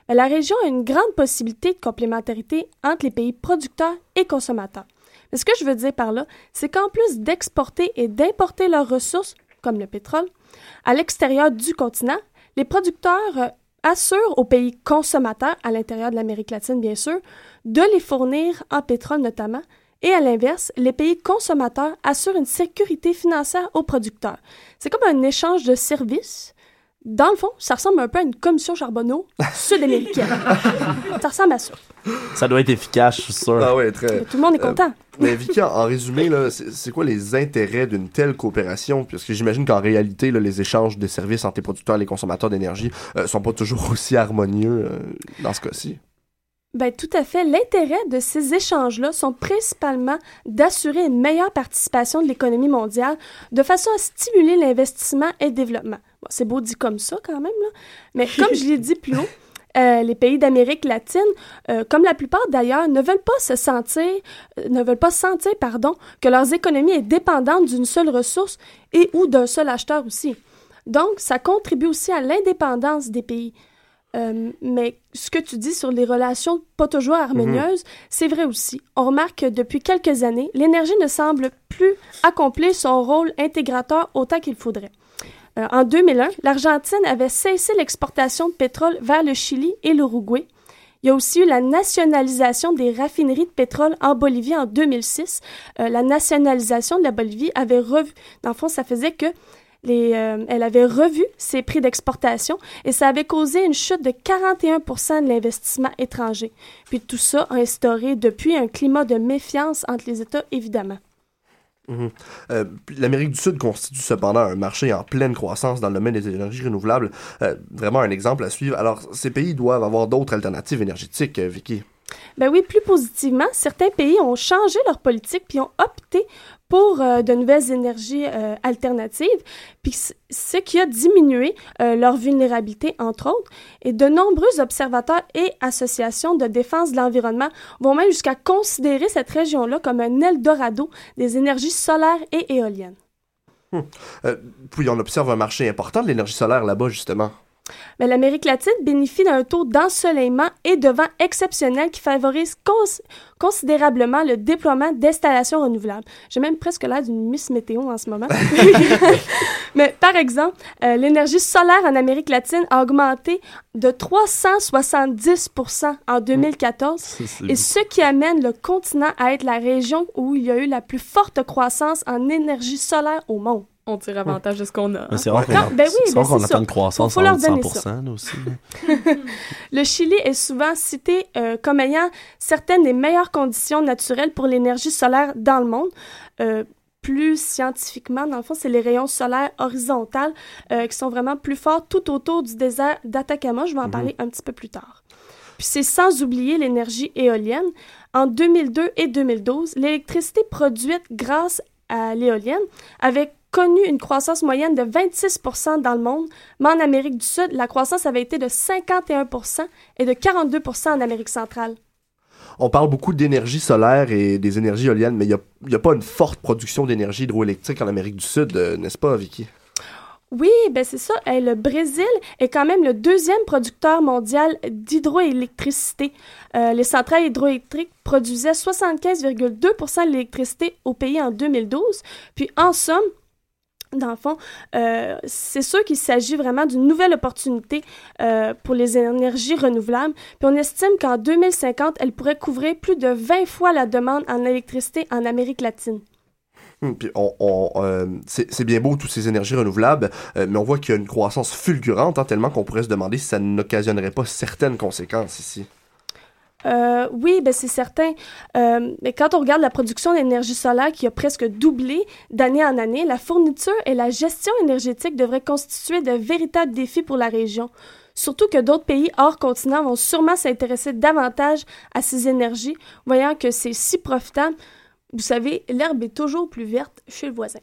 La région a une grande possibilité de complémentarité entre les pays producteurs et consommateurs. Mais ce que je veux dire par là, c'est qu'en plus d'exporter et d'importer leurs ressources, comme le pétrole, à l'extérieur du continent, les producteurs euh, assurent aux pays consommateurs, à l'intérieur de l'Amérique latine bien sûr, de les fournir en pétrole notamment, et à l'inverse, les pays consommateurs assurent une sécurité financière aux producteurs. C'est comme un échange de services. Dans le fond, ça ressemble un peu à une commission Charbonneau sud-américaine. Ça ressemble à ça. Ça doit être efficace, je suis sûr. Ah ouais, très. Mais tout le monde est content. Euh, mais Vicky, en, en résumé, là, c'est, c'est quoi les intérêts d'une telle coopération? Parce que j'imagine qu'en réalité, là, les échanges de services entre les producteurs et les consommateurs d'énergie euh, sont pas toujours aussi harmonieux euh, dans ce cas-ci. Ben, tout à fait. L'intérêt de ces échanges-là sont principalement d'assurer une meilleure participation de l'économie mondiale de façon à stimuler l'investissement et le développement. Bon, c'est beau dit comme ça quand même, là. Mais comme je l'ai dit plus haut, euh, les pays d'Amérique latine, euh, comme la plupart d'ailleurs, ne veulent pas se sentir, euh, ne veulent pas sentir, pardon, que leurs économies est dépendante d'une seule ressource et ou d'un seul acheteur aussi. Donc, ça contribue aussi à l'indépendance des pays. Euh, mais ce que tu dis sur les relations pas toujours harmonieuses, mmh. c'est vrai aussi. On remarque que depuis quelques années, l'énergie ne semble plus accomplir son rôle intégrateur autant qu'il faudrait. Euh, en deux mille un, l'Argentine avait cessé l'exportation de pétrole vers le Chili et l'Uruguay. Il y a aussi eu la nationalisation des raffineries de pétrole en Bolivie en deux mille six. Euh, la nationalisation de la Bolivie avait revu... Dans le fond, ça faisait que Les, euh, elle avait revu ses prix d'exportation et ça avait causé une chute de quarante et un pour cent de l'investissement étranger. Puis tout ça a instauré depuis un climat de méfiance entre les États, évidemment. Mmh. Euh, L'Amérique du Sud constitue cependant un marché en pleine croissance dans le domaine des énergies renouvelables. Euh, vraiment un exemple à suivre. Alors, ces pays doivent avoir d'autres alternatives énergétiques, euh, Vicky. Ben oui, plus positivement, certains pays ont changé leur politique puis ont opté pour euh, de nouvelles énergies euh, alternatives, puis ce qui a diminué euh, leur vulnérabilité, entre autres. Et de nombreux observateurs et associations de défense de l'environnement vont même jusqu'à considérer cette région-là comme un Eldorado des énergies solaires et éoliennes. Hum. Euh, puis on observe un marché important de l'énergie solaire là-bas, justement. Mais l'Amérique latine bénéficie d'un taux d'ensoleillement et de vent exceptionnel qui favorise cons- considérablement le déploiement d'installations renouvelables. J'ai même presque l'air d'une Miss Météo en ce moment. Mais par exemple, euh, l'énergie solaire en Amérique latine a augmenté de trois cent soixante-dix pour cent en deux mille quatorze, mmh. et ce qui amène le continent à être la région où il y a eu la plus forte croissance en énergie solaire au monde. On tire avantage de ce qu'on a. Hein? Mais c'est vrai qu'on, non, ben oui, c'est ben vrai qu'on c'est attend une croissance faut, faut en cent pour cent là, aussi. Le Chili est souvent cité euh, comme ayant certaines des meilleures conditions naturelles pour l'énergie solaire dans le monde. Euh, plus scientifiquement, dans le fond, c'est les rayons solaires horizontaux euh, qui sont vraiment plus forts tout autour du désert d'Atacama. Je vais en mm-hmm. parler un petit peu plus tard. Puis c'est sans oublier l'énergie éolienne. En deux mille deux et deux mille douze, l'électricité produite grâce à l'éolienne avait connu une croissance moyenne de vingt-six pour cent dans le monde, mais en Amérique du Sud, la croissance avait été de cinquante et un pour cent et de quarante-deux pour cent en Amérique centrale. On parle beaucoup d'énergie solaire et des énergies éoliennes, mais il n'y a, a pas une forte production d'énergie hydroélectrique en Amérique du Sud, euh, n'est-ce pas, Vicky? Oui, ben c'est ça. Et le Brésil est quand même le deuxième producteur mondial d'hydroélectricité. Euh, les centrales hydroélectriques produisaient soixante-quinze virgule deux pour cent de l'électricité au pays en deux mille douze. Puis en somme, dans le fond, euh, c'est sûr qu'il s'agit vraiment d'une nouvelle opportunité euh, pour les énergies renouvelables. Puis on estime qu'en deux mille cinquante, elle pourrait couvrir plus de vingt fois la demande en électricité en Amérique latine. Hum, puis on, on, euh, c'est, c'est bien beau, toutes ces énergies renouvelables, euh, mais on voit qu'il y a une croissance fulgurante, hein, tellement qu'on pourrait se demander si ça n'occasionnerait pas certaines conséquences ici. Euh, oui, ben c'est certain. Euh, mais quand on regarde la production d'énergie solaire qui a presque doublé d'année en année, la fourniture et la gestion énergétique devraient constituer de véritables défis pour la région. Surtout que d'autres pays hors continent vont sûrement s'intéresser davantage à ces énergies, voyant que c'est si profitable. Vous savez, l'herbe est toujours plus verte chez le voisin.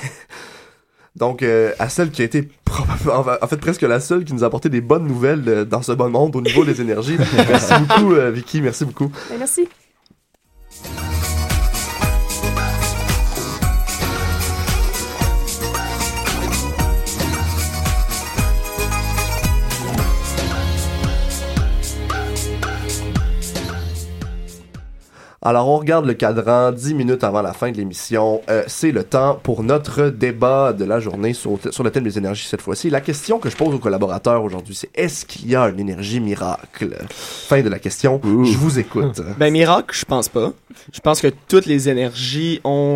Donc, euh, à celle qui a été probablement, en fait, presque la seule qui nous a apporté des bonnes nouvelles euh, dans ce bon monde au niveau des énergies. Merci beaucoup, euh, Vicky. Merci beaucoup. Ben, merci. Alors, on regarde le cadran dix minutes avant la fin de l'émission. Euh, c'est le temps pour notre débat de la journée sur, sur le thème des énergies cette fois-ci. La question que je pose aux collaborateurs aujourd'hui, c'est est-ce qu'il y a une énergie miracle? Fin de la question. Ouh. Je vous écoute. Ben, miracle, je pense pas. Je pense que toutes les énergies ont,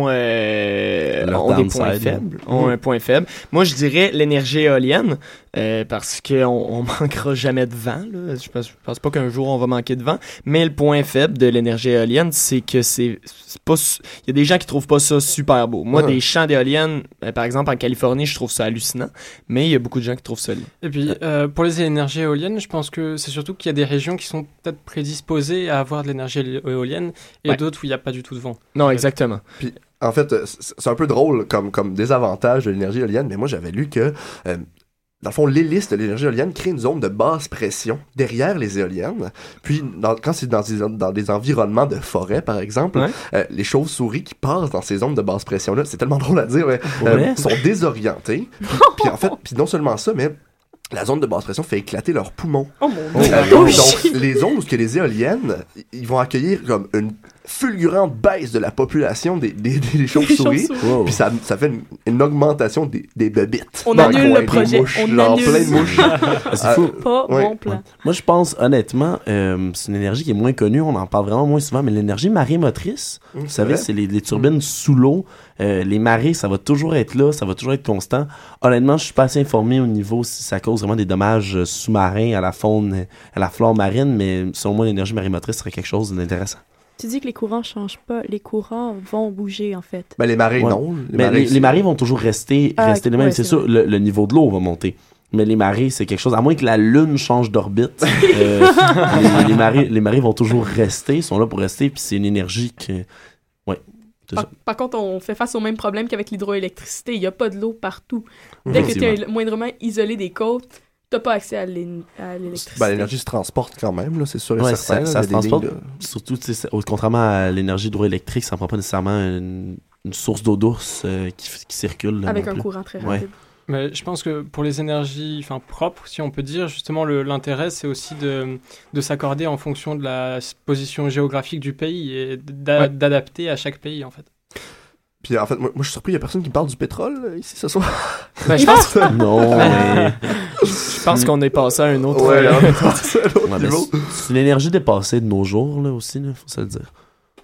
euh, ont des points faibles. Ont mmh. un point faible. Moi, je dirais l'énergie éolienne. Euh, parce qu'on on manquera jamais de vent. Là. Je pense, je pense pas qu'un jour on va manquer de vent. Mais le point faible de l'énergie éolienne, c'est que c'est, c'est pas. Il y a des gens qui trouvent pas ça super beau. Moi, ah. des champs d'éoliennes, euh, par exemple en Californie, je trouve ça hallucinant. Mais il y a beaucoup de gens qui trouvent ça laid. Et puis, euh, pour les énergies éoliennes, je pense que c'est surtout qu'il y a des régions qui sont peut-être prédisposées à avoir de l'énergie éolienne et ouais. d'autres où il n'y a pas du tout de vent. Non, exactement. Puis, en fait, c'est un peu drôle comme, comme désavantage de l'énergie éolienne, mais moi, j'avais lu que. Euh, Dans le fond, l'hélice de l'énergie éolienne crée une zone de basse pression derrière les éoliennes. Puis, dans, quand c'est dans des, dans des environnements de forêt, par exemple, ouais. euh, les chauves-souris qui passent dans ces zones de basse pression-là, c'est tellement drôle à dire, mais, ouais. euh, sont désorientées. Puis, en fait, puis non seulement ça, mais la zone de basse pression fait éclater leurs poumons. Oh mon Dieu! Euh, donc, donc, les zones où que les éoliennes, ils vont accueillir comme une fulgurante baisse de la population des, des, des chauves-souris. Wow. Puis ça, ça fait une, une augmentation des, des bebites. On annule le projet. Mouches, on genre annule. plein de mouches. C'est fou. Pas ouais. bon plan. Ouais. Moi, je pense, honnêtement, euh, c'est une énergie qui est moins connue. On en parle vraiment moins souvent. Mais l'énergie marémotrice, mmh, vous savez, vrai. c'est les, les turbines mmh. sous l'eau. Euh, les marées, ça va toujours être là. Ça va toujours être constant. Honnêtement, je suis pas assez informé au niveau si ça cause vraiment des dommages sous-marins à la faune, à la flore marine. Mais selon moi, l'énergie marémotrice serait quelque chose d'intéressant. Tu dis que les courants changent pas. Les courants vont bouger, en fait. Ben, les marées, ouais. non. Les, mais marées, les, les marées vont toujours rester, ah, rester les mêmes. Ouais, c'est, c'est sûr, le, le niveau de l'eau va monter. Mais les marées, c'est quelque chose... À moins que la Lune change d'orbite, euh, les, les, marées, les marées vont toujours rester, sont là pour rester, puis c'est une énergie que... Ouais. Par, par contre, on fait face au même problème qu'avec l'hydroélectricité. Il n'y a pas de l'eau partout. Dès que tu es moindrement isolé des côtes, t'as pas accès à, l'é- à l'électricité. Ben, l'énergie se transporte quand même, là, c'est sûr et ouais, certain. Ça, ça se transporte. Lignes, surtout, contrairement à l'énergie hydroélectrique, ça ne prend pas nécessairement une, une source d'eau douce euh, qui, qui circule. Là, avec un plus. courant très rapide. Ouais. Mais je pense que pour les énergies enfin, propres, si on peut dire, justement, le, l'intérêt, c'est aussi de, de s'accorder en fonction de la position géographique du pays et d'a, ouais. d'adapter à chaque pays, en fait. Puis en fait, moi, moi je suis surpris, il y a personne qui parle du pétrole là, ici ce soir. Ben, je pense que... Non, mais... Je pense qu'on est passé à un autre, ouais, euh... on est passé à un autre ouais, niveau. C'est, c'est l'énergie dépassée de nos jours, là, aussi, il faut se le dire.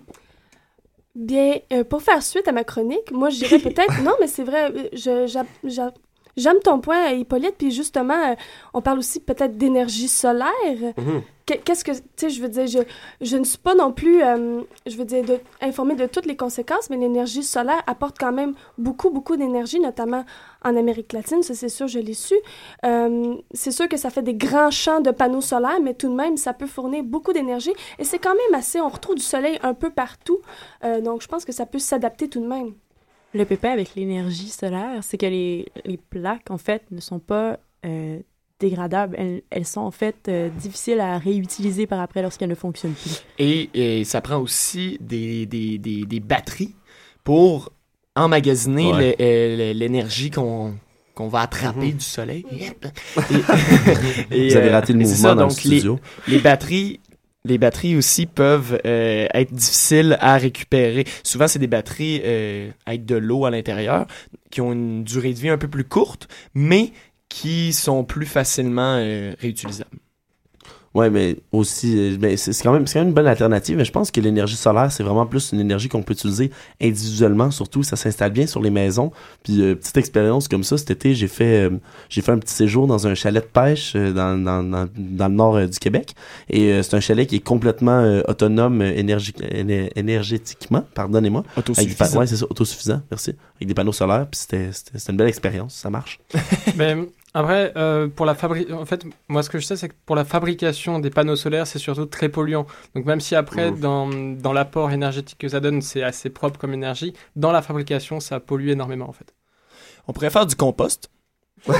Bien, euh, pour faire suite à ma chronique, moi, je dirais peut-être... Non, mais c'est vrai, je, j'a, j'a, j'aime ton point, Hippolyte, puis justement, euh, on parle aussi peut-être d'énergie solaire. Mm-hmm. Qu'est-ce que, tu sais, je veux dire, je, je ne suis pas non plus, euh, je veux dire, de, informée de toutes les conséquences, mais l'énergie solaire apporte quand même beaucoup, beaucoup d'énergie, notamment en Amérique latine, ça c'est sûr, je l'ai su. Euh, c'est sûr que ça fait des grands champs de panneaux solaires, mais tout de même, ça peut fournir beaucoup d'énergie, et c'est quand même assez, on retrouve du soleil un peu partout, euh, donc je pense que ça peut s'adapter tout de même. Le pépin avec l'énergie solaire, c'est que les, les plaques, en fait, ne sont pas... Euh, dégradables. Elles, elles sont en fait euh, difficiles à réutiliser par après lorsqu'elles ne fonctionnent plus. Et, et ça prend aussi des, des, des, des batteries pour emmagasiner ouais. le, le, l'énergie qu'on, qu'on va attraper mm-hmm. du soleil. Et, et, Vous avez raté le mouvement ça, dans donc le studio. Les, les batteries... Les batteries aussi peuvent euh, être difficiles à récupérer. Souvent, c'est des batteries euh, avec de l'eau à l'intérieur qui ont une durée de vie un peu plus courte, mais qui sont plus facilement euh, réutilisables. Ouais, mais aussi, ben, c'est, c'est, quand même, c'est quand même une bonne alternative, mais je pense que l'énergie solaire, c'est vraiment plus une énergie qu'on peut utiliser individuellement, surtout, ça s'installe bien sur les maisons. Puis, euh, petite expérience comme ça, cet été, j'ai fait, euh, j'ai fait un petit séjour dans un chalet de pêche euh, dans, dans, dans, dans le nord euh, du Québec. Et euh, c'est un chalet qui est complètement euh, autonome euh, énergi- éner- énergétiquement, pardonnez-moi. Autosuffisant. Avec, ouais, c'est ça, autosuffisant, merci. Avec des panneaux solaires, puis c'était, c'était, c'était une belle expérience, ça marche. Ben, après, euh, pour la fabri- en fait, moi, ce que je sais, c'est que pour la fabrication des panneaux solaires, c'est surtout très polluant. Donc, même si après, mmh. dans, dans l'apport énergétique que ça donne, c'est assez propre comme énergie, dans la fabrication, ça pollue énormément, en fait. On pourrait faire du compost. Oui,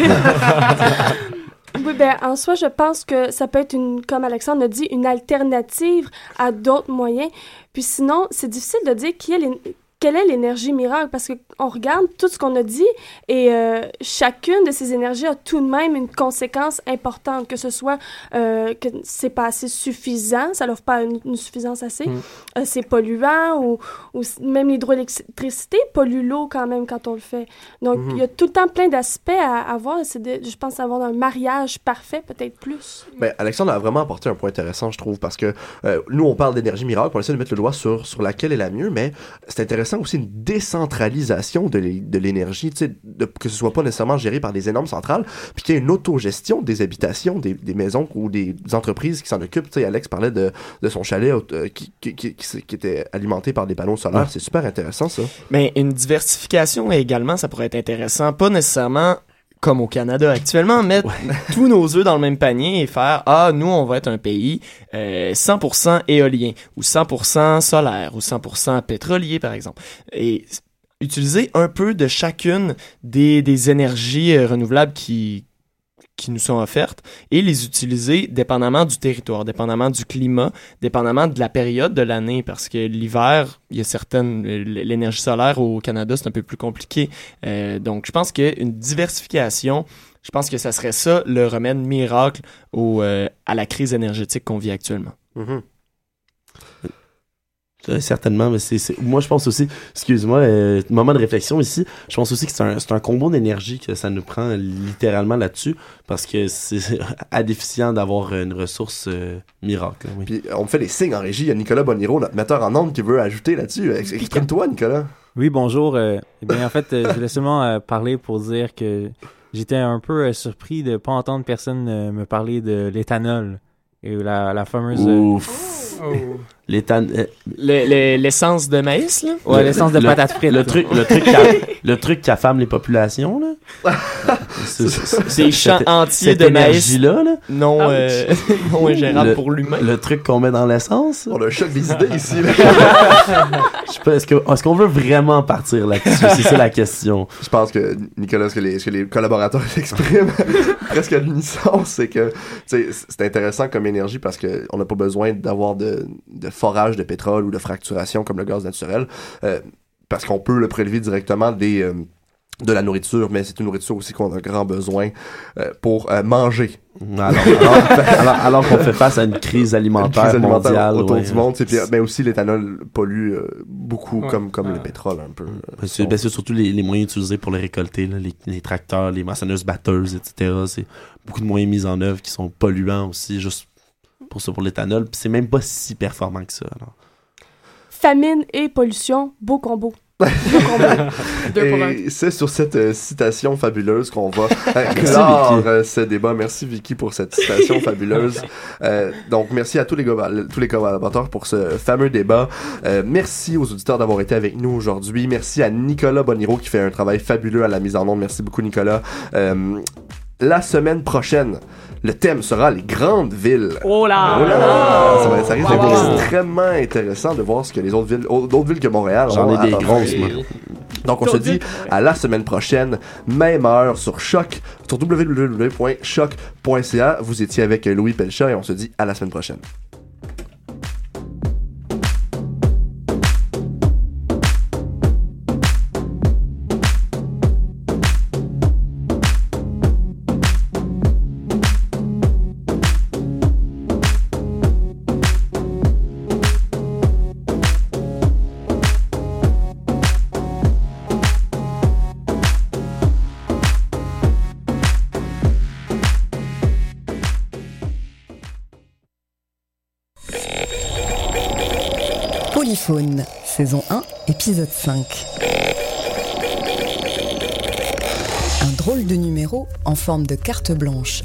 ben, en soi, je pense que ça peut être, une, comme Alexandre a dit, une alternative à d'autres moyens. Puis sinon, c'est difficile de dire qui est les... quelle est l'énergie miracle? Parce que on regarde tout ce qu'on a dit et euh, chacune de ces énergies a tout de même une conséquence importante, que ce soit euh, que c'est pas assez suffisant, ça n'offre pas une, une suffisance assez, mm. euh, c'est polluant ou, ou même l'hydroélectricité pollue l'eau quand même quand on le fait. Donc, il mm-hmm. y a tout le temps plein d'aspects à, à voir. C'est de, je pense avoir un mariage parfait, peut-être plus. Ben, Alexandre a vraiment apporté un point intéressant, je trouve, parce que euh, nous, on parle d'énergie miracle, on essaie de mettre le doigt sur, sur laquelle est la mieux, mais c'est intéressant aussi une décentralisation de, l'é- de l'énergie, tu sais, que ce soit pas nécessairement géré par des énormes centrales, puis qu'il y ait une autogestion des habitations, des, des maisons ou des entreprises qui s'en occupent. Tu sais, Alex parlait de, de son chalet euh, qui, qui, qui, qui était alimenté par des panneaux solaires. Ouais. C'est super intéressant, ça. Mais une diversification également, ça pourrait être intéressant. Pas nécessairement comme au Canada actuellement, mettre ouais. tous nos œufs dans le même panier et faire « Ah, nous, on va être un pays euh, cent pour cent éolien ou cent pour cent solaire ou cent pour cent pétrolier, par exemple. » Et utiliser un peu de chacune des, des énergies euh, renouvelables qui qui nous sont offertes et les utiliser dépendamment du territoire, dépendamment du climat, dépendamment de la période de l'année, parce que l'hiver, il y a certaines... L'énergie solaire au Canada, c'est un peu plus compliqué. Euh, donc, je pense qu'une diversification, je pense que ça serait ça le remède miracle au, euh, à la crise énergétique qu'on vit actuellement. Mm-hmm. Euh, certainement, mais c'est, c'est... moi je pense aussi, excuse-moi, euh, moment de réflexion ici, je pense aussi que c'est un, c'est un combo d'énergie que ça nous prend littéralement là-dessus, parce que c'est adéficient d'avoir une ressource euh, miracle. Oui. Puis on me fait des signes en régie, il y a Nicolas Boniro, notre metteur en ondes, qui veut ajouter là-dessus. Exprime-toi, Nicolas. Oui, bonjour. Euh, eh bien, en fait, euh, je voulais seulement euh, parler pour dire que j'étais un peu euh, surpris de ne pas entendre personne euh, me parler de l'éthanol et la, la fameuse... Ouf! Euh, oh. L'éthan... euh, le, le, l'essence de maïs, là? Ouais, l'essence de patates frites. Le truc, le truc, qui a, le truc qui affame les populations, là. c'est, c'est, c'est des champs entiers de maïs là, là. non, euh, non ingérable le, pour l'humain. Le truc qu'on met dans l'essence. On a un choc des idées ici, là. Je sais pas, est-ce, que, est-ce qu'on veut vraiment partir là-dessus? C'est ça la question. Je pense que, Nicolas, ce que les, ce que les collaborateurs expriment presque à l'unisson, c'est que c'est intéressant comme énergie parce qu'on n'a pas besoin d'avoir de, de forage de pétrole ou de fracturation comme le gaz naturel, euh, parce qu'on peut le prélever directement des, euh, de la nourriture, mais c'est une nourriture aussi qu'on a grand besoin euh, pour euh, manger. Alors, alors, alors, alors qu'on fait face à une crise alimentaire, une crise alimentaire mondiale autour ouais. du monde, puis, mais aussi l'éthanol pollue euh, beaucoup euh, comme, comme euh, le pétrole un peu. Euh, c'est, ben, c'est surtout les, les moyens utilisés pour les récolter, là, les, les tracteurs, les moissonneuses batteuses, et cetera. C'est beaucoup de moyens mis en œuvre qui sont polluants aussi, juste pour ça, pour l'éthanol. Puis c'est même pas si performant que ça. Alors. Famine et pollution, beau combo. Et c'est sur cette euh, citation fabuleuse qu'on va euh, clore euh, ce débat. Merci Vicky pour cette citation fabuleuse. Euh, donc merci à tous les, go- tous les collaborateurs pour ce fameux débat. Euh, merci aux auditeurs d'avoir été avec nous aujourd'hui. Merci à Nicolas Boniro qui fait un travail fabuleux à la mise en onde. Merci beaucoup Nicolas. Euh, la semaine prochaine, le thème sera les grandes villes. Oh là! Oh là! Ça, va, ça risque wow. d'être extrêmement intéressant de voir ce que les autres villes, d'autres villes que Montréal J'en ai des grosses, moi. Donc, on se dit à la semaine prochaine, même heure sur Choc, sur w w w point choc point c a. Vous étiez avec Louis Pelcha et on se dit à la semaine prochaine. Polyphone, saison un, épisode cinq. Un drôle de numéro en forme de carte blanche